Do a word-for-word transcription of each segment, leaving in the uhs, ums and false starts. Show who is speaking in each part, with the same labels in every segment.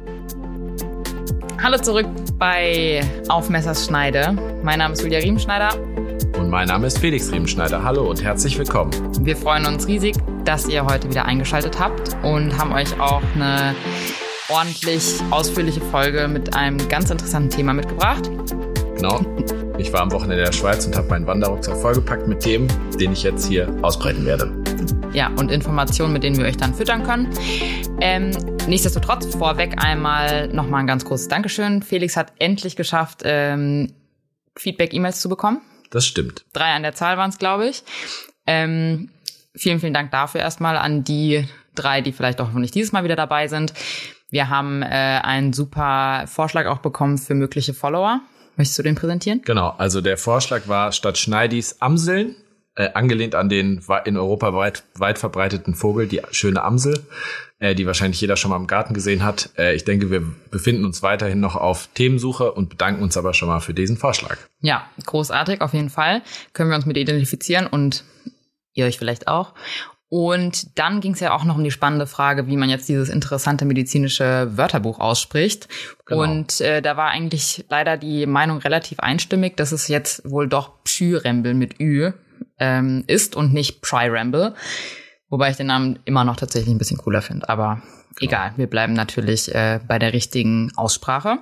Speaker 1: Hallo zurück bei Auf Messers Schneide. Mein Name ist Julia Riemenschneider.
Speaker 2: Und mein Name ist Felix Riemenschneider. Hallo und herzlich willkommen.
Speaker 1: Wir freuen uns riesig, dass ihr heute wieder eingeschaltet habt und haben euch auch eine ordentlich ausführliche Folge mit einem ganz interessanten Thema mitgebracht.
Speaker 2: Genau. Ich war am Wochenende in der Schweiz und habe meinen Wanderrucksack vollgepackt mit Themen, den ich jetzt hier ausbreiten werde.
Speaker 1: Ja, und Informationen, mit denen wir euch dann füttern können. Ähm, nichtsdestotrotz vorweg einmal nochmal ein ganz großes Dankeschön. Felix hat endlich geschafft, ähm, Feedback-E-Mails zu bekommen.
Speaker 2: Das stimmt.
Speaker 1: Drei an der Zahl waren es, glaube ich. Ähm, vielen, vielen Dank dafür erstmal an die drei, die vielleicht auch nicht dieses Mal wieder dabei sind. Wir haben äh, einen super Vorschlag auch bekommen für mögliche Follower. Möchtest du den präsentieren?
Speaker 2: Genau, also der Vorschlag war statt Schneidis Amseln, äh, angelehnt an den in Europa weit, weit verbreiteten Vogel, die schöne Amsel, äh, die wahrscheinlich jeder schon mal im Garten gesehen hat. Äh, ich denke, wir befinden uns weiterhin noch auf Themensuche und bedanken uns aber schon mal für diesen Vorschlag.
Speaker 1: Ja, großartig, auf jeden Fall. Können wir uns mit identifizieren und ihr euch vielleicht auch. Und dann ging es ja auch noch um die spannende Frage, wie man jetzt dieses interessante medizinische Wörterbuch ausspricht. Genau. Und äh, da war eigentlich leider die Meinung relativ einstimmig, dass es jetzt wohl doch Pschyrembel mit Ü ähm, ist und nicht Pschyrembel. Wobei ich den Namen immer noch tatsächlich ein bisschen cooler finde. Aber genau. Egal, wir bleiben natürlich äh, bei der richtigen Aussprache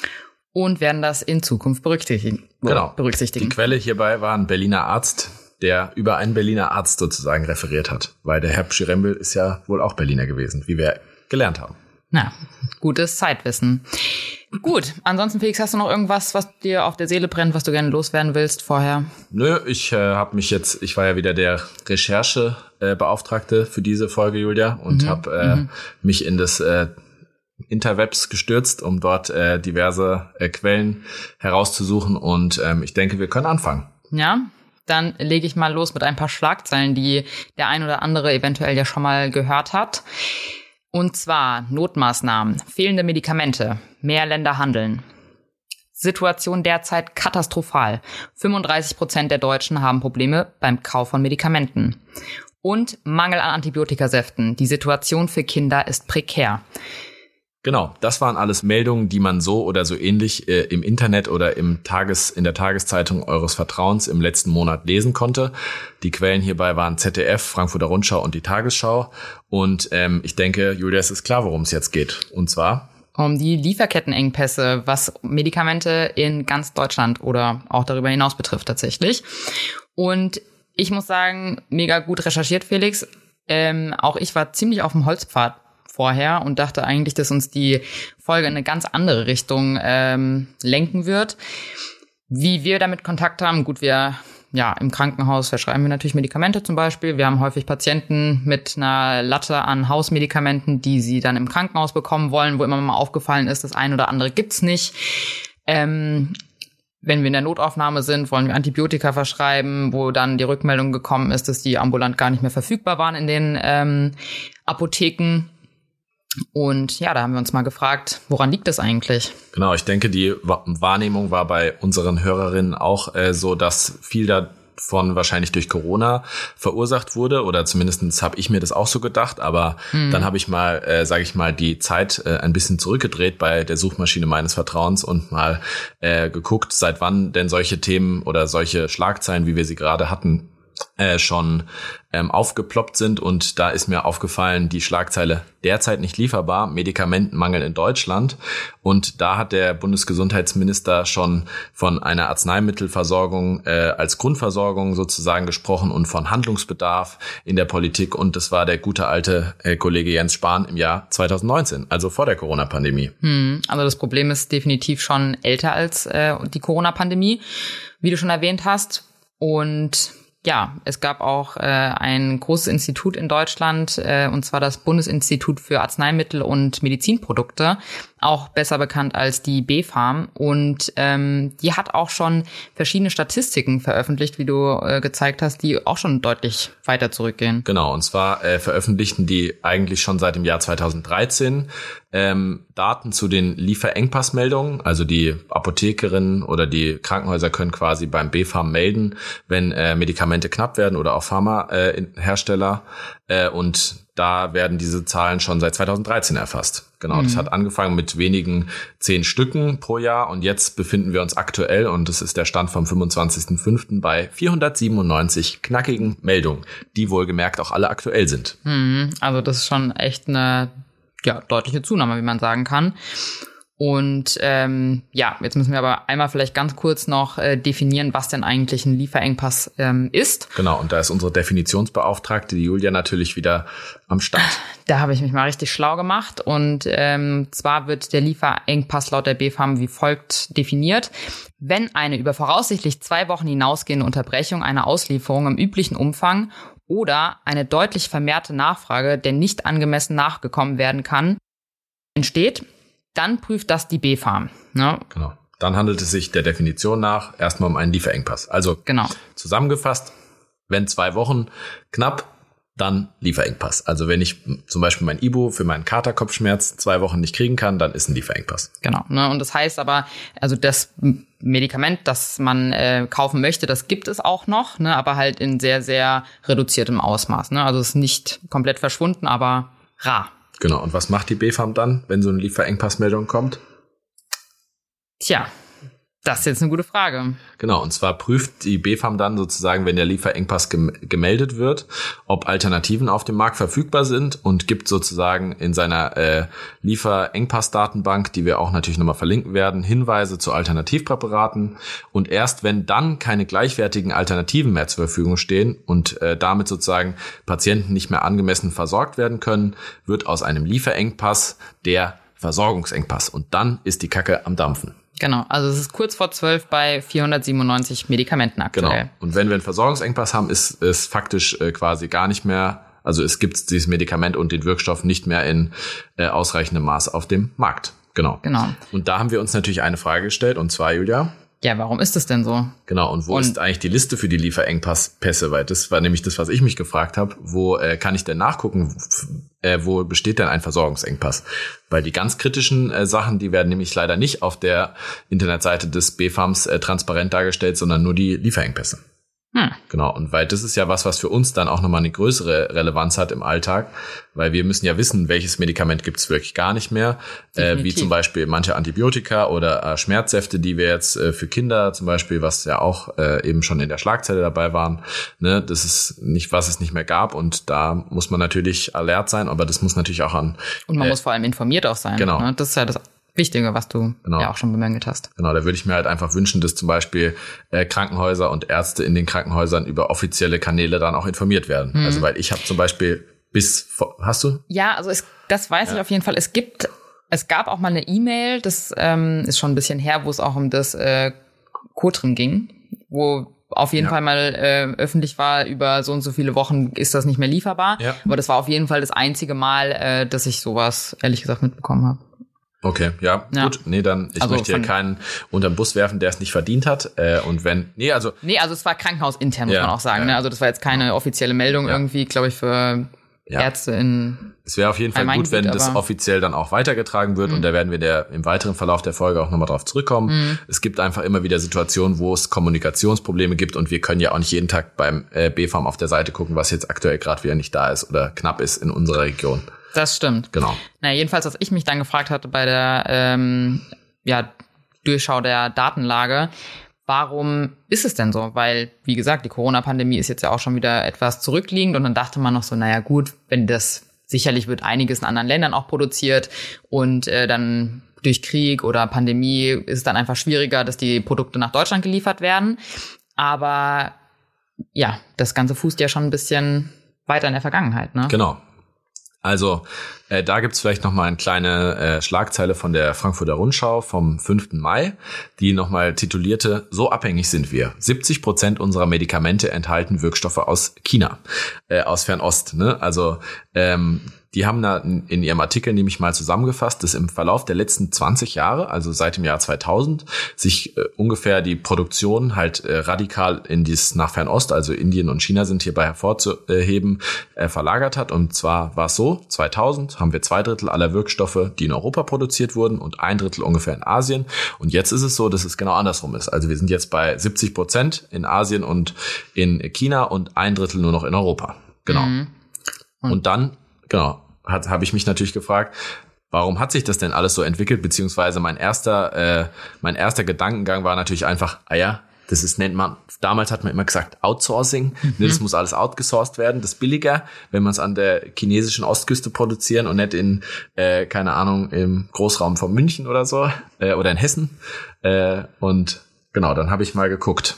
Speaker 1: und werden das in Zukunft berücksichtigen.
Speaker 2: Genau.
Speaker 1: berücksichtigen.
Speaker 2: Die Quelle hierbei war ein Berliner Arzt, der über einen Berliner Arzt sozusagen referiert hat. Weil der Herr Pschyrembel ist ja wohl auch Berliner gewesen, wie wir gelernt haben.
Speaker 1: Na, gutes Zeitwissen. Gut, ansonsten, Felix, hast du noch irgendwas, was dir auf der Seele brennt, was du gerne loswerden willst vorher?
Speaker 2: Nö, ich äh, habe mich jetzt, ich war ja wieder der Recherchebeauftragte äh, für diese Folge, Julia, und mhm, habe äh, mhm. mich in das äh, Interwebs gestürzt, um dort äh, diverse äh, Quellen herauszusuchen. Und ähm, ich denke, wir können anfangen.
Speaker 1: Ja, dann lege ich mal los mit ein paar Schlagzeilen, die der ein oder andere eventuell ja schon mal gehört hat. Und zwar Notmaßnahmen, fehlende Medikamente, mehr Länder handeln. Situation derzeit katastrophal. fünfunddreißig Prozent der Deutschen haben Probleme beim Kauf von Medikamenten. Und Mangel an Antibiotikasäften. Die Situation für Kinder ist prekär.
Speaker 2: Genau, das waren alles Meldungen, die man so oder so ähnlich äh, im Internet oder im Tages, in der Tageszeitung eures Vertrauens im letzten Monat lesen konnte. Die Quellen hierbei waren Z D F, Frankfurter Rundschau und die Tagesschau. Und ähm, ich denke, Julia, es ist klar, worum es jetzt geht. Und zwar
Speaker 1: um die Lieferkettenengpässe, was Medikamente in ganz Deutschland oder auch darüber hinaus betrifft tatsächlich. Und ich muss sagen, mega gut recherchiert, Felix. Ähm, auch ich war ziemlich auf dem Holzpfad vorher und dachte eigentlich, dass uns die Folge in eine ganz andere Richtung ähm, lenken wird. Wie wir damit Kontakt haben, gut, wir ja im Krankenhaus verschreiben wir natürlich Medikamente zum Beispiel. Wir haben häufig Patienten mit einer Latte an Hausmedikamenten, die sie dann im Krankenhaus bekommen wollen, wo immer mal aufgefallen ist, das ein oder andere gibt's nicht. Ähm, wenn wir in der Notaufnahme sind, wollen wir Antibiotika verschreiben, wo dann die Rückmeldung gekommen ist, dass die ambulant gar nicht mehr verfügbar waren in den ähm, Apotheken. Und ja, da haben wir uns mal gefragt, woran liegt das eigentlich?
Speaker 2: Genau, ich denke, die Wahrnehmung war bei unseren Hörerinnen auch äh, so, dass viel davon wahrscheinlich durch Corona verursacht wurde, oder zumindest habe ich mir das auch so gedacht, aber hm. dann habe ich mal, äh, sage ich mal, die Zeit äh, ein bisschen zurückgedreht bei der Suchmaschine meines Vertrauens und mal äh, geguckt, seit wann denn solche Themen oder solche Schlagzeilen, wie wir sie gerade hatten, Äh, schon ähm, aufgeploppt sind, und da ist mir aufgefallen, die Schlagzeile derzeit nicht lieferbar, Medikamentenmangel in Deutschland, und da hat der Bundesgesundheitsminister schon von einer Arzneimittelversorgung äh, als Grundversorgung sozusagen gesprochen und von Handlungsbedarf in der Politik, und das war der gute alte äh, Kollege Jens Spahn im Jahr zwanzig neunzehn, also vor der Corona-Pandemie.
Speaker 1: Hm, also das Problem ist definitiv schon älter als äh, die Corona-Pandemie, wie du schon erwähnt hast, und ja, es gab auch äh, ein großes Institut in Deutschland, äh, und zwar das Bundesinstitut für Arzneimittel und Medizinprodukte, auch besser bekannt als die B fam. Und ähm, die hat auch schon verschiedene Statistiken veröffentlicht, wie du äh, gezeigt hast, die auch schon deutlich weiter zurückgehen.
Speaker 2: Genau, und zwar äh, veröffentlichten die eigentlich schon seit dem Jahr zweitausenddreizehn ähm, Daten zu den Lieferengpassmeldungen. Also die Apothekerinnen oder die Krankenhäuser können quasi beim B fam melden, wenn äh, Medikamente knapp werden, oder auch Pharmahersteller. Äh, äh, und da werden diese Zahlen schon seit zweitausenddreizehn erfasst. Genau,
Speaker 1: Mhm.
Speaker 2: das hat angefangen mit wenigen zehn Stücken pro Jahr und jetzt befinden wir uns aktuell, und das ist der Stand vom fünfundzwanzigsten fünften bei vierhundertsiebenundneunzig knackigen Meldungen, die wohlgemerkt auch alle aktuell sind.
Speaker 1: Mhm. Also das ist schon echt eine ja, deutliche Zunahme, wie man sagen kann. Und ähm, ja, jetzt müssen wir aber einmal vielleicht ganz kurz noch äh, definieren, was denn eigentlich ein Lieferengpass ähm, ist.
Speaker 2: Genau, und da ist unsere Definitionsbeauftragte, die Julia, natürlich wieder am Start.
Speaker 1: Da habe ich mich mal richtig schlau gemacht. Und ähm, zwar wird der Lieferengpass laut der B F A M wie folgt definiert. Wenn eine über voraussichtlich zwei Wochen hinausgehende Unterbrechung einer Auslieferung im üblichen Umfang oder eine deutlich vermehrte Nachfrage, der nicht angemessen nachgekommen werden kann, entsteht, dann prüft das die B F A M. Ne?
Speaker 2: Genau. Dann handelt es sich der Definition nach erstmal um einen Lieferengpass. Also
Speaker 1: Genau.
Speaker 2: zusammengefasst, wenn zwei Wochen knapp, dann Lieferengpass. Also wenn ich zum Beispiel mein Ibu für meinen Katerkopfschmerz zwei Wochen nicht kriegen kann, dann ist ein Lieferengpass.
Speaker 1: Genau. Ne? Und das heißt aber, also das Medikament, das man äh, kaufen möchte, das gibt es auch noch, ne? Aber halt in sehr, sehr reduziertem Ausmaß. Ne? Also es ist nicht komplett verschwunden, aber rar.
Speaker 2: Genau. Und was macht die B F A M dann, wenn so eine Lieferengpassmeldung kommt?
Speaker 1: Tja, das ist jetzt eine gute Frage.
Speaker 2: Genau, und zwar prüft die B F A M dann sozusagen, wenn der Lieferengpass gem- gemeldet wird, ob Alternativen auf dem Markt verfügbar sind und gibt sozusagen in seiner äh, Lieferengpass-Datenbank, die wir auch natürlich nochmal verlinken werden, Hinweise zu Alternativpräparaten. Und erst wenn dann keine gleichwertigen Alternativen mehr zur Verfügung stehen und äh, damit sozusagen Patienten nicht mehr angemessen versorgt werden können, wird aus einem Lieferengpass der Versorgungsengpass. Und dann ist die Kacke am Dampfen.
Speaker 1: Genau, also es ist kurz vor zwölf bei vierhundertsiebenundneunzig Medikamenten aktuell.
Speaker 2: Genau. Und wenn wir einen Versorgungsengpass haben, ist es faktisch äh, quasi gar nicht mehr, also es gibt dieses Medikament und den Wirkstoff nicht mehr in äh, ausreichendem Maß auf dem Markt. Genau.
Speaker 1: Genau.
Speaker 2: Und da haben wir uns natürlich eine Frage gestellt, und zwar, Julia.
Speaker 1: Ja, warum ist das denn so?
Speaker 2: Genau, und wo
Speaker 1: Und-
Speaker 2: ist eigentlich die Liste für die Lieferengpässe? Weil das war nämlich das, was ich mich gefragt habe. Wo äh, kann ich denn nachgucken, f- äh, wo besteht denn ein Versorgungsengpass? Weil die ganz kritischen äh, Sachen, die werden nämlich leider nicht auf der Internetseite des B F A Ms äh, transparent dargestellt, sondern nur die Lieferengpässe.
Speaker 1: Hm.
Speaker 2: Genau, und weil das ist ja was, was für uns dann auch nochmal eine größere Relevanz hat im Alltag, weil wir müssen ja wissen, welches Medikament gibt's wirklich gar nicht mehr, äh, wie
Speaker 1: Definitiv.
Speaker 2: zum Beispiel manche Antibiotika oder äh, Schmerzsäfte, die wir jetzt äh, für Kinder zum Beispiel, was ja auch äh, eben schon in der Schlagzeile dabei waren, ne, das ist nicht, was es nicht mehr gab, und da muss man natürlich alert sein, aber das muss natürlich auch an...
Speaker 1: Und man
Speaker 2: äh,
Speaker 1: muss vor allem informiert auch sein.
Speaker 2: genau.
Speaker 1: Ne? Das ist ja das Wichtige, was du
Speaker 2: Genau.
Speaker 1: ja auch schon bemängelt hast.
Speaker 2: Genau, da würde ich mir halt einfach wünschen, dass zum Beispiel äh, Krankenhäuser und Ärzte in den Krankenhäusern über offizielle Kanäle dann auch informiert werden.
Speaker 1: Mhm.
Speaker 2: Also weil ich habe zum Beispiel bis, vor- hast du?
Speaker 1: Ja, also es, das weiß
Speaker 2: Ja.
Speaker 1: ich auf jeden Fall. Es gibt, es gab auch mal eine E-Mail, das ähm, ist schon ein bisschen her, wo es auch um das äh, Cotrim ging, wo auf jeden
Speaker 2: Ja.
Speaker 1: Fall mal äh, öffentlich war, über so und so viele Wochen ist das nicht mehr lieferbar.
Speaker 2: Ja.
Speaker 1: Aber das war auf jeden Fall das einzige Mal, äh, dass ich sowas ehrlich gesagt mitbekommen habe.
Speaker 2: Okay, ja,
Speaker 1: Ja.
Speaker 2: gut. Nee, dann, ich
Speaker 1: Also
Speaker 2: möchte hier
Speaker 1: von-
Speaker 2: keinen unter den Bus werfen, der es nicht verdient hat. Äh, und wenn, nee, also,
Speaker 1: Nee, also es war krankenhausintern, muss
Speaker 2: Ja,
Speaker 1: man auch sagen.
Speaker 2: ja.
Speaker 1: Ne? Also das war jetzt keine offizielle Meldung
Speaker 2: Ja.
Speaker 1: irgendwie, glaube ich, für
Speaker 2: Ja.
Speaker 1: Ärzte in...
Speaker 2: es wäre auf jeden Fall
Speaker 1: Allgemein
Speaker 2: gut, wenn
Speaker 1: gut,
Speaker 2: das
Speaker 1: aber-
Speaker 2: offiziell dann auch weitergetragen wird. Und da werden wir der, im weiteren Verlauf der Folge auch nochmal drauf zurückkommen. Es gibt einfach immer wieder Situationen, wo es Kommunikationsprobleme gibt. Und wir können ja auch nicht jeden Tag beim äh, B F A M auf der Seite gucken, was jetzt aktuell gerade wieder nicht da ist oder knapp ist in unserer Region.
Speaker 1: Das stimmt.
Speaker 2: Genau.
Speaker 1: Na, jedenfalls, was ich mich dann gefragt hatte bei der ähm, ja, Durchschau der Datenlage, warum ist es denn so? Weil, wie gesagt, die Corona-Pandemie ist jetzt ja auch schon wieder etwas zurückliegend und dann dachte man noch so, naja gut, wenn das, sicherlich wird einiges in anderen Ländern auch produziert und äh, dann durch Krieg oder Pandemie ist es dann einfach schwieriger, dass die Produkte nach Deutschland geliefert werden. Aber ja, das Ganze fußt ja schon ein bisschen weiter in der Vergangenheit, ne?
Speaker 2: Genau. Also äh, da gibt's vielleicht noch mal eine kleine äh, Schlagzeile von der Frankfurter Rundschau vom fünften Mai, die noch mal titulierte: So abhängig sind wir. siebzig Prozent unserer Medikamente enthalten Wirkstoffe aus China, äh, aus Fernost. Ne? Also ähm, die haben da in, in ihrem Artikel nämlich mal zusammengefasst, dass im Verlauf der letzten zwanzig Jahre, also seit dem Jahr zweitausend, sich äh, ungefähr die Produktion halt äh, radikal in dies nach Fernost, also Indien und China sind hierbei hervorzuheben, äh, verlagert hat. Und zwar war es so, zweitausend haben wir zwei Drittel aller Wirkstoffe, die in Europa produziert wurden, und ein Drittel ungefähr in Asien. Und jetzt ist es so, dass es genau andersrum ist. Also wir sind jetzt bei siebzig Prozent in Asien und in China und ein Drittel nur noch in Europa. Genau.
Speaker 1: Mhm.
Speaker 2: Und dann, genau, hat habe ich mich natürlich gefragt, warum hat sich das denn alles so entwickelt? Beziehungsweise mein erster, äh, mein erster Gedankengang war natürlich einfach, ah ja, das ist, nennt man, damals hat man immer gesagt Outsourcing, mhm. ne, das muss alles outgesourced werden, das ist billiger, wenn man es an der chinesischen Ostküste produzieren und nicht in, äh, keine Ahnung, im Großraum von München oder so, äh, oder in Hessen. Äh, und genau, dann habe ich mal geguckt.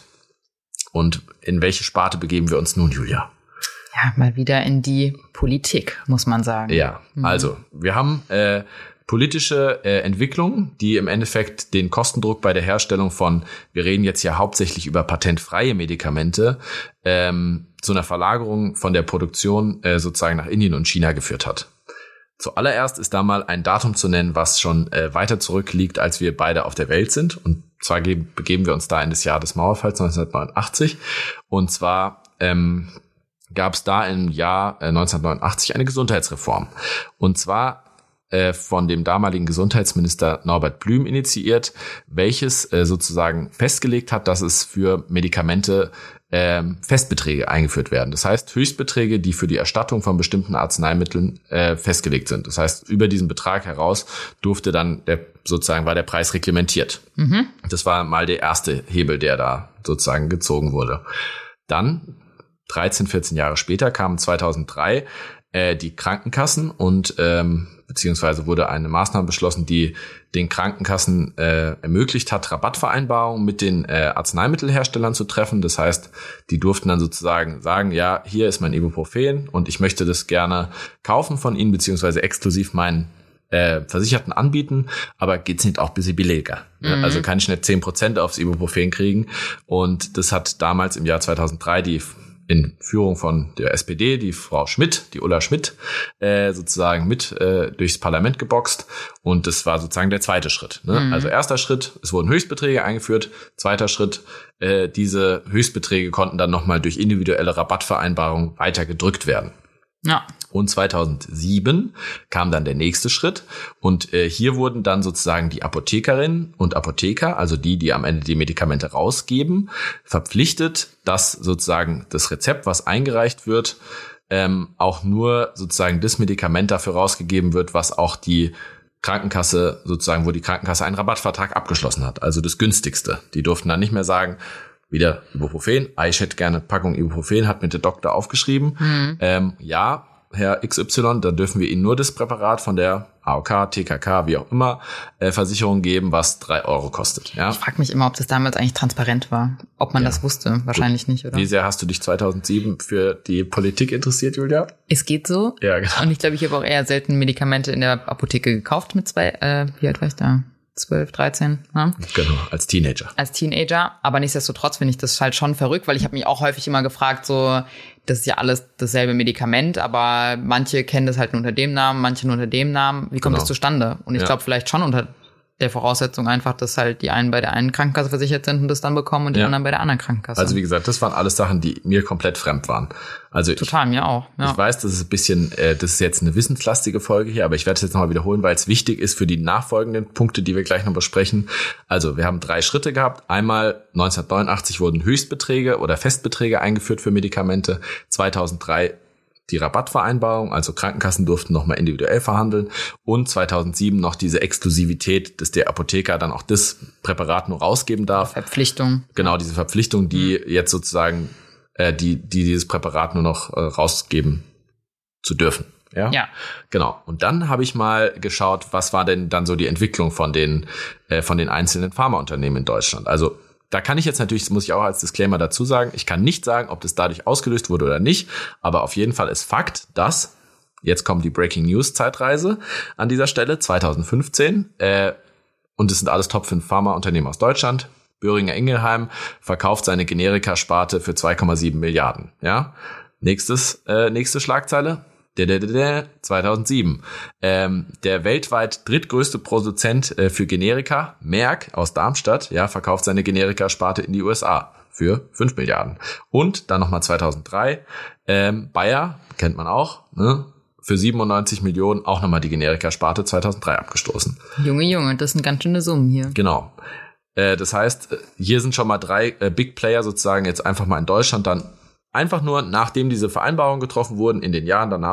Speaker 2: Und in welche Sparte begeben wir uns nun, Julia?
Speaker 1: Ja, mal wieder in die Politik, muss man sagen.
Speaker 2: Ja, mhm. also wir haben äh, politische äh, Entwicklungen, die im Endeffekt den Kostendruck bei der Herstellung von, wir reden jetzt ja hauptsächlich über patentfreie Medikamente, ähm, zu einer Verlagerung von der Produktion äh, sozusagen nach Indien und China geführt hat. Zuallererst ist da mal ein Datum zu nennen, was schon äh, weiter zurückliegt, als wir beide auf der Welt sind. Und zwar ge- begeben wir uns da in das Jahr des Mauerfalls neunzehnhundertneunundachtzig. Und zwar ähm, gab es da im Jahr äh, neunzehnhundertneunundachtzig eine Gesundheitsreform. Und zwar von dem damaligen Gesundheitsminister Norbert Blüm initiiert, welches äh, sozusagen festgelegt hat, dass es für Medikamente äh, Festbeträge eingeführt werden. Das heißt, Höchstbeträge, die für die Erstattung von bestimmten Arzneimitteln äh, festgelegt sind. Das heißt, über diesen Betrag heraus durfte dann der sozusagen war der Preis reglementiert. Mhm. Das war mal der erste Hebel, der da sozusagen gezogen wurde. Dann dreizehn, vierzehn Jahre später kamen zweitausenddrei äh, die Krankenkassen und ähm, beziehungsweise wurde eine Maßnahme beschlossen, die den Krankenkassen äh, ermöglicht hat, Rabattvereinbarungen mit den äh, Arzneimittelherstellern zu treffen. Das heißt, die durften dann sozusagen sagen, ja, hier ist mein Ibuprofen und ich möchte das gerne kaufen von Ihnen, beziehungsweise exklusiv meinen äh, Versicherten anbieten, aber geht's nicht auch ein bisschen billiger. Mhm. Also kann ich nicht zehn Prozent aufs Ibuprofen kriegen. Und das hat damals im Jahr zweitausenddrei die in Führung von der S P D, die Frau Schmidt, die Ulla Schmidt, äh, sozusagen mit äh, durchs Parlament geboxt. Und das war sozusagen der zweite Schritt. Ne? Mhm. Also erster Schritt, es wurden Höchstbeträge eingeführt. Zweiter Schritt, äh, diese Höchstbeträge konnten dann nochmal durch individuelle Rabattvereinbarungen weiter gedrückt werden.
Speaker 1: Ja.
Speaker 2: Und zweitausendsieben kam dann der nächste Schritt und äh, hier wurden dann sozusagen die Apothekerinnen und Apotheker, also die, die am Ende die Medikamente rausgeben, verpflichtet, dass sozusagen das Rezept, was eingereicht wird, ähm, auch nur sozusagen das Medikament dafür rausgegeben wird, was auch die Krankenkasse sozusagen, wo die Krankenkasse einen Rabattvertrag abgeschlossen hat, also das günstigste. Die durften dann nicht mehr sagen, wieder Ibuprofen, ah, ich hätte gerne Packung Ibuprofen, hat mir der Doktor aufgeschrieben. Mhm. Ähm, ja, Herr X Y, dann dürfen wir Ihnen nur das Präparat von der A O K, T K K, wie auch immer, äh, Versicherung geben, was drei Euro kostet. Ja?
Speaker 1: Ich frage mich immer, ob das damals eigentlich transparent war. Ob man ja. das wusste. Wahrscheinlich Gut. nicht, oder?
Speaker 2: Wie sehr hast du dich zweitausendsieben für die Politik interessiert, Julia?
Speaker 1: Es geht so.
Speaker 2: Ja, genau.
Speaker 1: Und ich glaube, ich habe auch eher selten Medikamente in der Apotheke gekauft mit zwei, äh, wie alt war ich da? zwölf, dreizehn, ne?
Speaker 2: Genau, als Teenager.
Speaker 1: Als Teenager, aber nichtsdestotrotz finde ich das halt schon verrückt, weil ich habe mich auch häufig immer gefragt, so, das ist ja alles dasselbe Medikament, aber manche kennen das halt nur unter dem Namen, manche nur unter dem Namen. Wie kommt
Speaker 2: genau.
Speaker 1: das zustande? Und ich
Speaker 2: ja.
Speaker 1: glaube vielleicht schon unter der Voraussetzung einfach, dass halt die einen bei der einen Krankenkasse versichert sind und das dann bekommen und die ja. anderen bei der anderen Krankenkasse.
Speaker 2: Also wie gesagt, das waren alles Sachen, die mir komplett fremd waren. Also
Speaker 1: total,
Speaker 2: ich,
Speaker 1: mir auch. Ja.
Speaker 2: Ich weiß, das ist ein bisschen, äh, das ist jetzt eine wissenslastige Folge hier, aber ich werde es jetzt nochmal wiederholen, weil es wichtig ist für die nachfolgenden Punkte, die wir gleich noch besprechen. Also wir haben drei Schritte gehabt. Einmal neunzehnhundertneunundachtzig wurden Höchstbeträge oder Festbeträge eingeführt für Medikamente. zweitausenddrei die Rabattvereinbarung, also Krankenkassen durften nochmal individuell verhandeln und zweitausendsieben noch diese Exklusivität, dass der Apotheker dann auch das Präparat nur rausgeben darf.
Speaker 1: Verpflichtung.
Speaker 2: Genau, diese Verpflichtung, die mhm. jetzt sozusagen, äh, die, die dieses Präparat nur noch äh, rausgeben zu dürfen. Ja?
Speaker 1: Ja.
Speaker 2: Genau. Und dann habe ich mal geschaut, was war denn dann so die Entwicklung von den, äh, von den einzelnen Pharmaunternehmen in Deutschland. Also da kann ich jetzt natürlich, das muss ich auch als Disclaimer dazu sagen, ich kann nicht sagen, ob das dadurch ausgelöst wurde oder nicht, aber auf jeden Fall ist Fakt, dass, jetzt kommt die Breaking News Zeitreise an dieser Stelle, zweitausendfünfzehn, äh, und es sind alles Top fünf Pharmaunternehmen aus Deutschland, Boehringer Ingelheim verkauft seine Generika-Sparte für zwei Komma sieben Milliarden, ja. Nächstes, äh, nächste Schlagzeile. zweitausendsieben. Ähm, der weltweit drittgrößte Produzent äh, für Generika, Merck aus Darmstadt, ja, verkauft seine Generika-Sparte in die U S A für fünf Milliarden. Und dann nochmal zweitausenddrei, ähm, Bayer, kennt man auch, ne, für siebenundneunzig Millionen auch nochmal die Generika-Sparte zweitausenddrei abgestoßen.
Speaker 1: Junge, Junge, das sind ganz schöne Summen hier.
Speaker 2: Genau. Äh, das heißt, hier sind schon mal drei äh, Big Player sozusagen jetzt einfach mal in Deutschland dann einfach nur, nachdem diese Vereinbarungen getroffen wurden, in den Jahren danach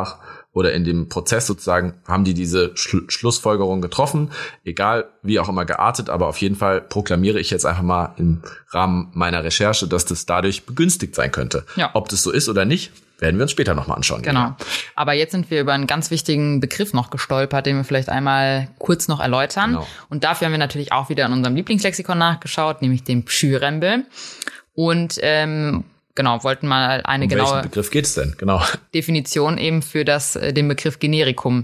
Speaker 2: oder in dem Prozess sozusagen haben die diese Schlu- Schlussfolgerung getroffen, egal wie auch immer geartet, aber auf jeden Fall proklamiere ich jetzt einfach mal im Rahmen meiner Recherche, dass das dadurch begünstigt sein könnte. Ja. Ob das so ist oder nicht, werden wir uns später nochmal anschauen.
Speaker 1: Genau. Ja. Aber jetzt sind wir über einen ganz wichtigen Begriff noch gestolpert, den wir vielleicht einmal kurz noch erläutern. Genau. Und dafür haben wir natürlich auch wieder in unserem Lieblingslexikon nachgeschaut, nämlich dem Pschyrembel. Und ähm, genau, wollten mal eine um genaue
Speaker 2: welchen Begriff geht's denn? Genau.
Speaker 1: Definition eben für das, den Begriff Generikum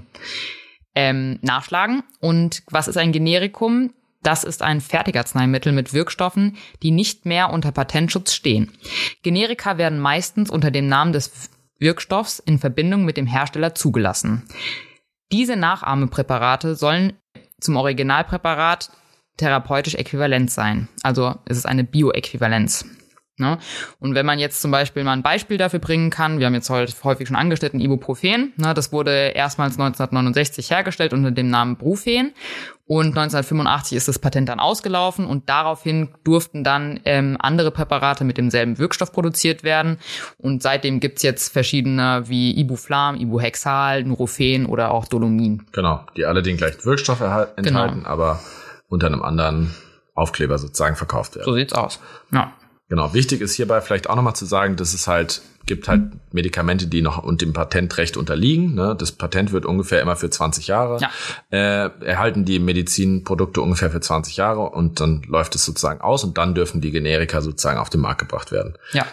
Speaker 1: ähm, nachschlagen. Und was ist ein Generikum? Das ist ein Fertigarzneimittel mit Wirkstoffen, die nicht mehr unter Patentschutz stehen. Generika werden meistens unter dem Namen des Wirkstoffs in Verbindung mit dem Hersteller zugelassen. Diese Nachahmepräparate sollen zum Originalpräparat therapeutisch äquivalent sein. Also es ist eine Bioäquivalenz. Ne? Und wenn man jetzt zum Beispiel mal ein Beispiel dafür bringen kann, wir haben jetzt heute häufig schon angeschnitten, Ibuprofen, ne? Das wurde erstmals neunzehnhundertneunundsechzig hergestellt unter dem Namen Brufen und neunzehnhundertfünfundachtzig ist das Patent dann ausgelaufen und daraufhin durften dann ähm, andere Präparate mit demselben Wirkstoff produziert werden und seitdem gibt's jetzt verschiedene wie Ibuflam, Ibuhexal, Nurofen oder auch Dolomin.
Speaker 2: Genau, die alle den gleichen Wirkstoff erhalten, enthalten, genau. aber unter einem anderen Aufkleber sozusagen verkauft werden.
Speaker 1: So sieht's aus, ja.
Speaker 2: Genau, wichtig ist hierbei vielleicht auch nochmal zu sagen, dass es halt gibt halt Medikamente, die noch und dem Patentrecht unterliegen. Ne? Das Patent wird ungefähr immer für zwanzig Jahre. Ja. Äh, erhalten die Medizinprodukte ungefähr für zwanzig Jahre und dann läuft es sozusagen aus und dann dürfen die Generika sozusagen auf den Markt gebracht werden.
Speaker 1: Ja.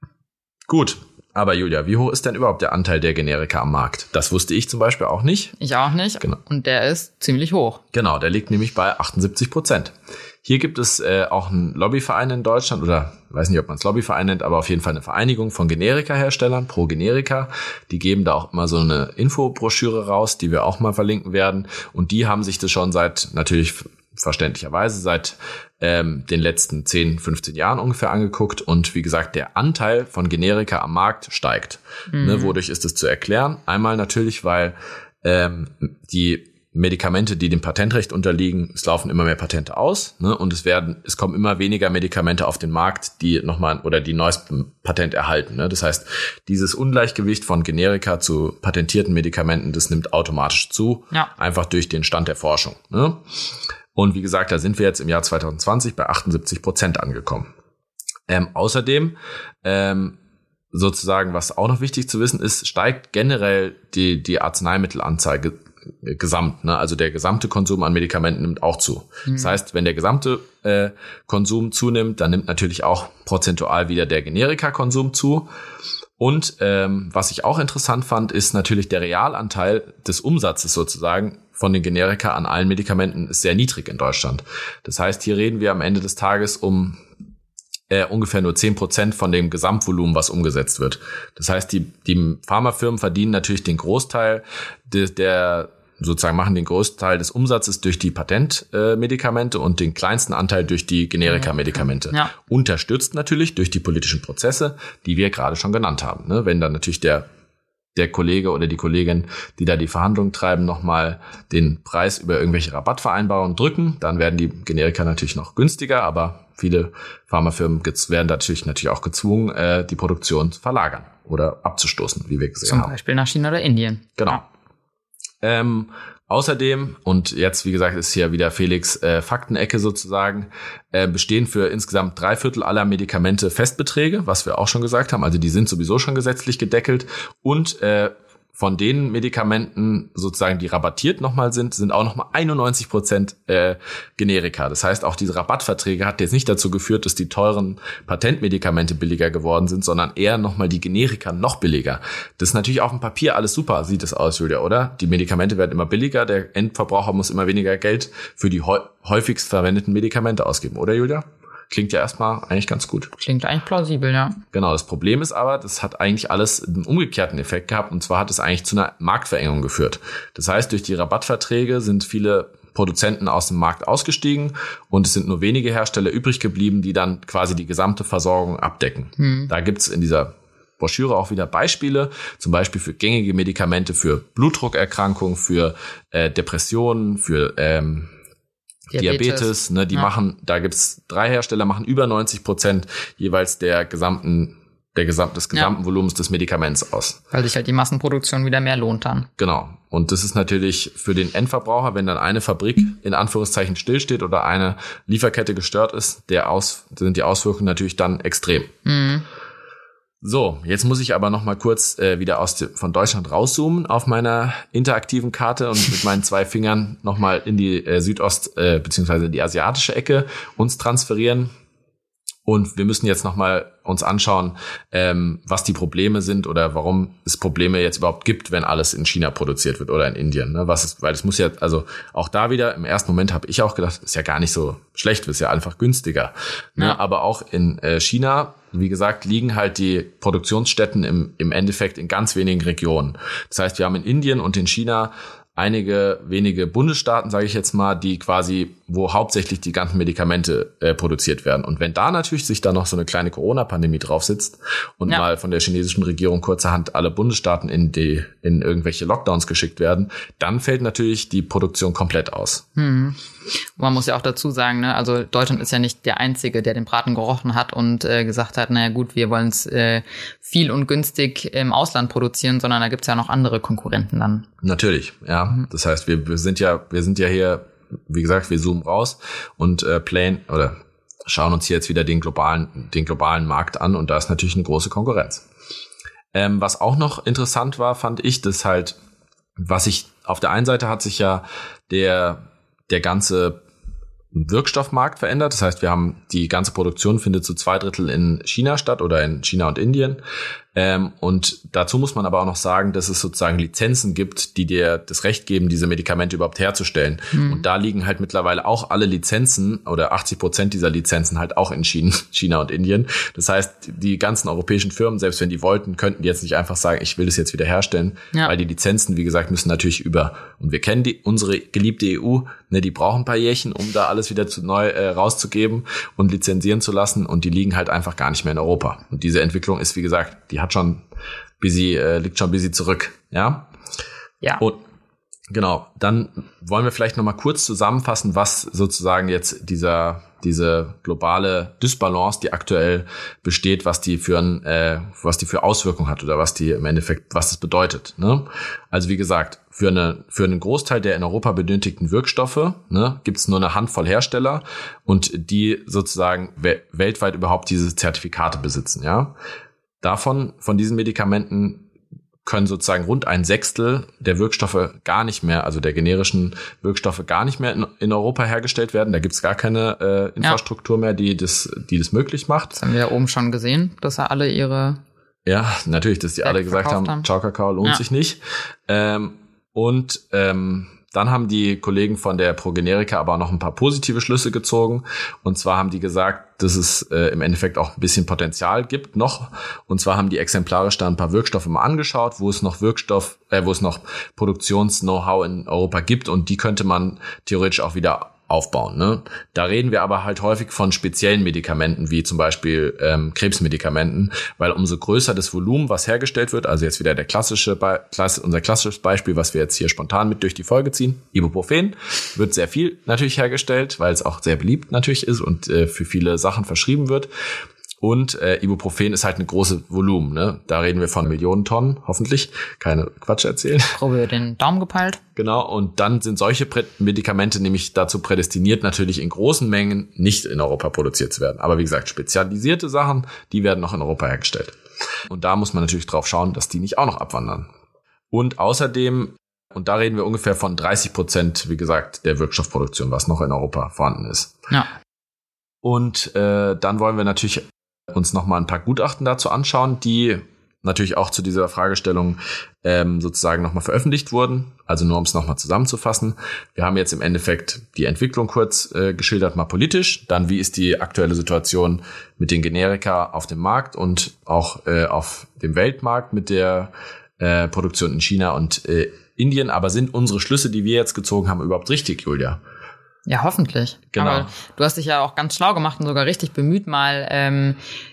Speaker 2: Gut. Aber Julia, wie hoch ist denn überhaupt der Anteil der Generika am Markt? Das wusste ich zum Beispiel auch nicht.
Speaker 1: Ich auch nicht. Genau. Und der ist ziemlich hoch.
Speaker 2: Genau, der liegt nämlich bei achtundsiebzig Prozent. Hier gibt es äh, auch einen Lobbyverein in Deutschland oder weiß nicht, ob man es Lobbyverein nennt, aber auf jeden Fall eine Vereinigung von Generika-Herstellern, Pro Generika. Die geben da auch immer so eine Infobroschüre raus, die wir auch mal verlinken werden. Und die haben sich das schon seit, natürlich verständlicherweise, seit ähm, den letzten zehn, fünfzehn Jahren ungefähr angeguckt. Und wie gesagt, der Anteil von Generika am Markt steigt. Mhm. Ne, wodurch ist es zu erklären? Einmal natürlich, weil ähm, die Medikamente, die dem Patentrecht unterliegen, es laufen immer mehr Patente aus, ne, und es werden, es kommen immer weniger Medikamente auf den Markt, die nochmal oder die neues Patent erhalten. Ne. Das heißt, dieses Ungleichgewicht von Generika zu patentierten Medikamenten, das nimmt automatisch zu, ja. einfach durch den Stand der Forschung. Ne. Und wie gesagt, da sind wir jetzt im Jahr zwanzig zwanzig bei achtundsiebzig Prozent angekommen. Ähm, außerdem, ähm, sozusagen, was auch noch wichtig zu wissen ist, steigt generell die, die Arzneimittelanzahl gesamt, ne? Also der gesamte Konsum an Medikamenten nimmt auch zu. Mhm. Das heißt, wenn der gesamte äh, Konsum zunimmt, dann nimmt natürlich auch prozentual wieder der Generika-Konsum zu. Und ähm, was ich auch interessant fand, ist natürlich der Realanteil des Umsatzes sozusagen von den Generika an allen Medikamenten ist sehr niedrig in Deutschland. Das heißt, hier reden wir am Ende des Tages um äh, ungefähr nur zehn Prozent von dem Gesamtvolumen, was umgesetzt wird. Das heißt, die, die Pharmafirmen verdienen natürlich den Großteil de, der sozusagen machen den Großteil des Umsatzes durch die Patentmedikamente äh, und den kleinsten Anteil durch die Generika-Medikamente. Ja. Unterstützt natürlich durch die politischen Prozesse, die wir gerade schon genannt haben. Ne? Wenn dann natürlich der der Kollege oder die Kollegin, die da die Verhandlungen treiben, nochmal den Preis über irgendwelche Rabattvereinbarungen drücken, dann werden die Generika natürlich noch günstiger, aber viele Pharmafirmen werden natürlich natürlich auch gezwungen, äh, die Produktion zu verlagern oder abzustoßen, wie wir gesehen
Speaker 1: Zum
Speaker 2: haben.
Speaker 1: Zum Beispiel nach China oder Indien.
Speaker 2: Genau. Ja. Ähm, außerdem, und jetzt, wie gesagt, ist hier wieder Felix äh, Faktenecke sozusagen, äh, bestehen für insgesamt drei Viertel aller Medikamente Festbeträge, was wir auch schon gesagt haben. Also die sind sowieso schon gesetzlich gedeckelt. Und äh, von den Medikamenten sozusagen, die rabattiert nochmal sind, sind auch nochmal einundneunzig Prozent äh, Generika. Das heißt, auch diese Rabattverträge hat jetzt nicht dazu geführt, dass die teuren Patentmedikamente billiger geworden sind, sondern eher nochmal die Generika noch billiger. Das ist natürlich auf dem Papier alles super, sieht es aus, Julia, oder? Die Medikamente werden immer billiger, der Endverbraucher muss immer weniger Geld für die häufigst verwendeten Medikamente ausgeben, oder Julia? Klingt ja erstmal eigentlich ganz gut.
Speaker 1: Klingt eigentlich plausibel, ja.
Speaker 2: Genau, das Problem ist aber, das hat eigentlich alles einen umgekehrten Effekt gehabt und zwar hat es eigentlich zu einer Marktverengung geführt. Das heißt, durch die Rabattverträge sind viele Produzenten aus dem Markt ausgestiegen und es sind nur wenige Hersteller übrig geblieben, die dann quasi die gesamte Versorgung abdecken. Hm. Da gibt's in dieser Broschüre auch wieder Beispiele, zum Beispiel für gängige Medikamente, für Blutdruckerkrankungen, für äh, Depressionen, für ähm, Diabetes, Diabetes ne, die ja. machen, da gibt's drei Hersteller, machen über neunzig Prozent jeweils der gesamten der Gesam- des gesamten
Speaker 1: ja.
Speaker 2: Volumens des Medikaments aus.
Speaker 1: Weil sich halt die Massenproduktion wieder mehr lohnt dann.
Speaker 2: Genau. Und das ist natürlich für den Endverbraucher, wenn dann eine Fabrik in Anführungszeichen stillsteht oder eine Lieferkette gestört ist, der aus, sind die Auswirkungen natürlich dann extrem.
Speaker 1: Mhm.
Speaker 2: So, jetzt muss ich aber noch mal kurz äh, wieder aus de- von Deutschland rauszoomen auf meiner interaktiven Karte und mit meinen zwei Fingern noch mal in die äh, Südost- äh, beziehungsweise die asiatische Ecke uns transferieren. Und wir müssen jetzt noch mal uns anschauen, ähm, was die Probleme sind oder warum es Probleme jetzt überhaupt gibt, wenn alles in China produziert wird oder in Indien. Ne? Was ist, weil es muss ja, also auch da wieder, im ersten Moment habe ich auch gedacht, ist ja gar nicht so schlecht, ist ja einfach günstiger. Ne?
Speaker 1: Ja.
Speaker 2: Aber auch in äh, China, wie gesagt, liegen halt die Produktionsstätten im, im Endeffekt in ganz wenigen Regionen. Das heißt, wir haben in Indien und in China einige wenige Bundesstaaten, sage ich jetzt mal, die quasi, wo hauptsächlich die ganzen Medikamente äh, produziert werden. Und wenn da natürlich sich da noch so eine kleine Corona-Pandemie drauf sitzt und ja. mal von der chinesischen Regierung kurzerhand alle Bundesstaaten in die in irgendwelche Lockdowns geschickt werden, dann fällt natürlich die Produktion komplett aus.
Speaker 1: Hm. Man muss ja auch dazu sagen, ne, also Deutschland ist ja nicht der Einzige, der den Braten gerochen hat und äh, gesagt hat, naja gut, wir wollen es äh, viel und günstig im Ausland produzieren, sondern da gibt's ja noch andere Konkurrenten dann.
Speaker 2: Natürlich, ja. Das heißt, wir, wir sind ja, wir sind ja hier, wie gesagt, wir zoomen raus und äh, playen oder schauen uns hier jetzt wieder den globalen, den globalen Markt an und da ist natürlich eine große Konkurrenz. Ähm, was auch noch interessant war, fand ich, dass halt, was ich, auf der einen Seite hat sich ja der, der ganze Wirkstoffmarkt verändert. Das heißt, wir haben die ganze Produktion findet zu zwei Drittel in China statt oder in China und Indien. Ähm, und dazu muss man aber auch noch sagen, dass es sozusagen Lizenzen gibt, die dir das Recht geben, diese Medikamente überhaupt herzustellen. Mhm. Und da liegen halt mittlerweile auch alle Lizenzen oder achtzig Prozent dieser Lizenzen halt auch in China, China und Indien. Das heißt, die ganzen europäischen Firmen, selbst wenn die wollten, könnten die jetzt nicht einfach sagen, ich will das jetzt wieder herstellen, ja. weil die Lizenzen, wie gesagt, müssen natürlich über. Und wir kennen die, unsere geliebte E U, ne, die brauchen ein paar Jährchen, um da alles wieder zu neu äh, rauszugeben und lizenzieren zu lassen. Und die liegen halt einfach gar nicht mehr in Europa. Und diese Entwicklung ist, wie gesagt, die hat schon busy, äh, liegt schon busy zurück, ja?
Speaker 1: Ja.
Speaker 2: Und genau, dann wollen wir vielleicht noch mal kurz zusammenfassen, was sozusagen jetzt dieser diese globale Dysbalance, die aktuell besteht, was die für ein, äh, was die für Auswirkungen hat oder was die im Endeffekt, was das bedeutet. Ne? Also wie gesagt, für eine für einen Großteil der in Europa benötigten Wirkstoffe ne, gibt es nur eine Handvoll Hersteller und die sozusagen we- weltweit überhaupt diese Zertifikate besitzen, ja. Davon, von diesen Medikamenten können sozusagen rund ein Sechstel der Wirkstoffe gar nicht mehr, also der generischen Wirkstoffe gar nicht mehr in, in Europa hergestellt werden. Da gibt's gar keine äh, Infrastruktur ja. mehr, die das, die das möglich macht.
Speaker 1: Das haben wir ja oben schon gesehen, dass da alle ihre
Speaker 2: Ja, natürlich, dass die alle gesagt haben, haben, Ciao Kakao lohnt ja. sich nicht. Ähm, und ähm, dann haben die Kollegen von der Progenerika aber noch ein paar positive Schlüsse gezogen. Und zwar haben die gesagt, dass es äh, im Endeffekt auch ein bisschen Potenzial gibt noch. Und zwar haben die exemplarisch da ein paar Wirkstoffe mal angeschaut, wo es noch Wirkstoff, äh, wo es noch Produktions-Know-how in Europa gibt. Und die könnte man theoretisch auch wieder aufbauen. Ne? Da reden wir aber halt häufig von speziellen Medikamenten, wie zum Beispiel ähm, Krebsmedikamenten, weil umso größer das Volumen, was hergestellt wird, also jetzt wieder der klassische, Be- Klass- unser klassisches Beispiel, was wir jetzt hier spontan mit durch die Folge ziehen, Ibuprofen, wird sehr viel natürlich hergestellt, weil es auch sehr beliebt natürlich ist und äh, für viele Sachen verschrieben wird. Und äh, Ibuprofen ist halt ein großes Volumen, ne? Da reden wir von Millionen Tonnen, hoffentlich. Keine Quatsch erzählen.
Speaker 1: Grob über den Daumen gepeilt.
Speaker 2: Genau, und dann sind solche Prä- Medikamente nämlich dazu prädestiniert, natürlich in großen Mengen nicht in Europa produziert zu werden. Aber wie gesagt, spezialisierte Sachen, die werden noch in Europa hergestellt. Und da muss man natürlich drauf schauen, dass die nicht auch noch abwandern. Und außerdem, und da reden wir ungefähr von dreißig Prozent, wie gesagt, der Wirkstoffproduktion, was noch in Europa vorhanden ist.
Speaker 1: Ja.
Speaker 2: Und äh, dann wollen wir natürlich uns noch mal ein paar Gutachten dazu anschauen, die natürlich auch zu dieser Fragestellung ähm, sozusagen noch mal veröffentlicht wurden. Also nur um es noch mal zusammenzufassen. Wir haben jetzt im Endeffekt die Entwicklung kurz äh, geschildert, mal politisch. Dann, wie ist die aktuelle Situation mit den Generika auf dem Markt und auch äh, auf dem Weltmarkt mit der äh, Produktion in China und äh, Indien. Aber sind unsere Schlüsse, die wir jetzt gezogen haben, überhaupt richtig, Julia?
Speaker 1: Ja, hoffentlich.
Speaker 2: Genau.
Speaker 1: Aber du hast dich ja auch ganz schlau gemacht und sogar richtig bemüht, mal ähm,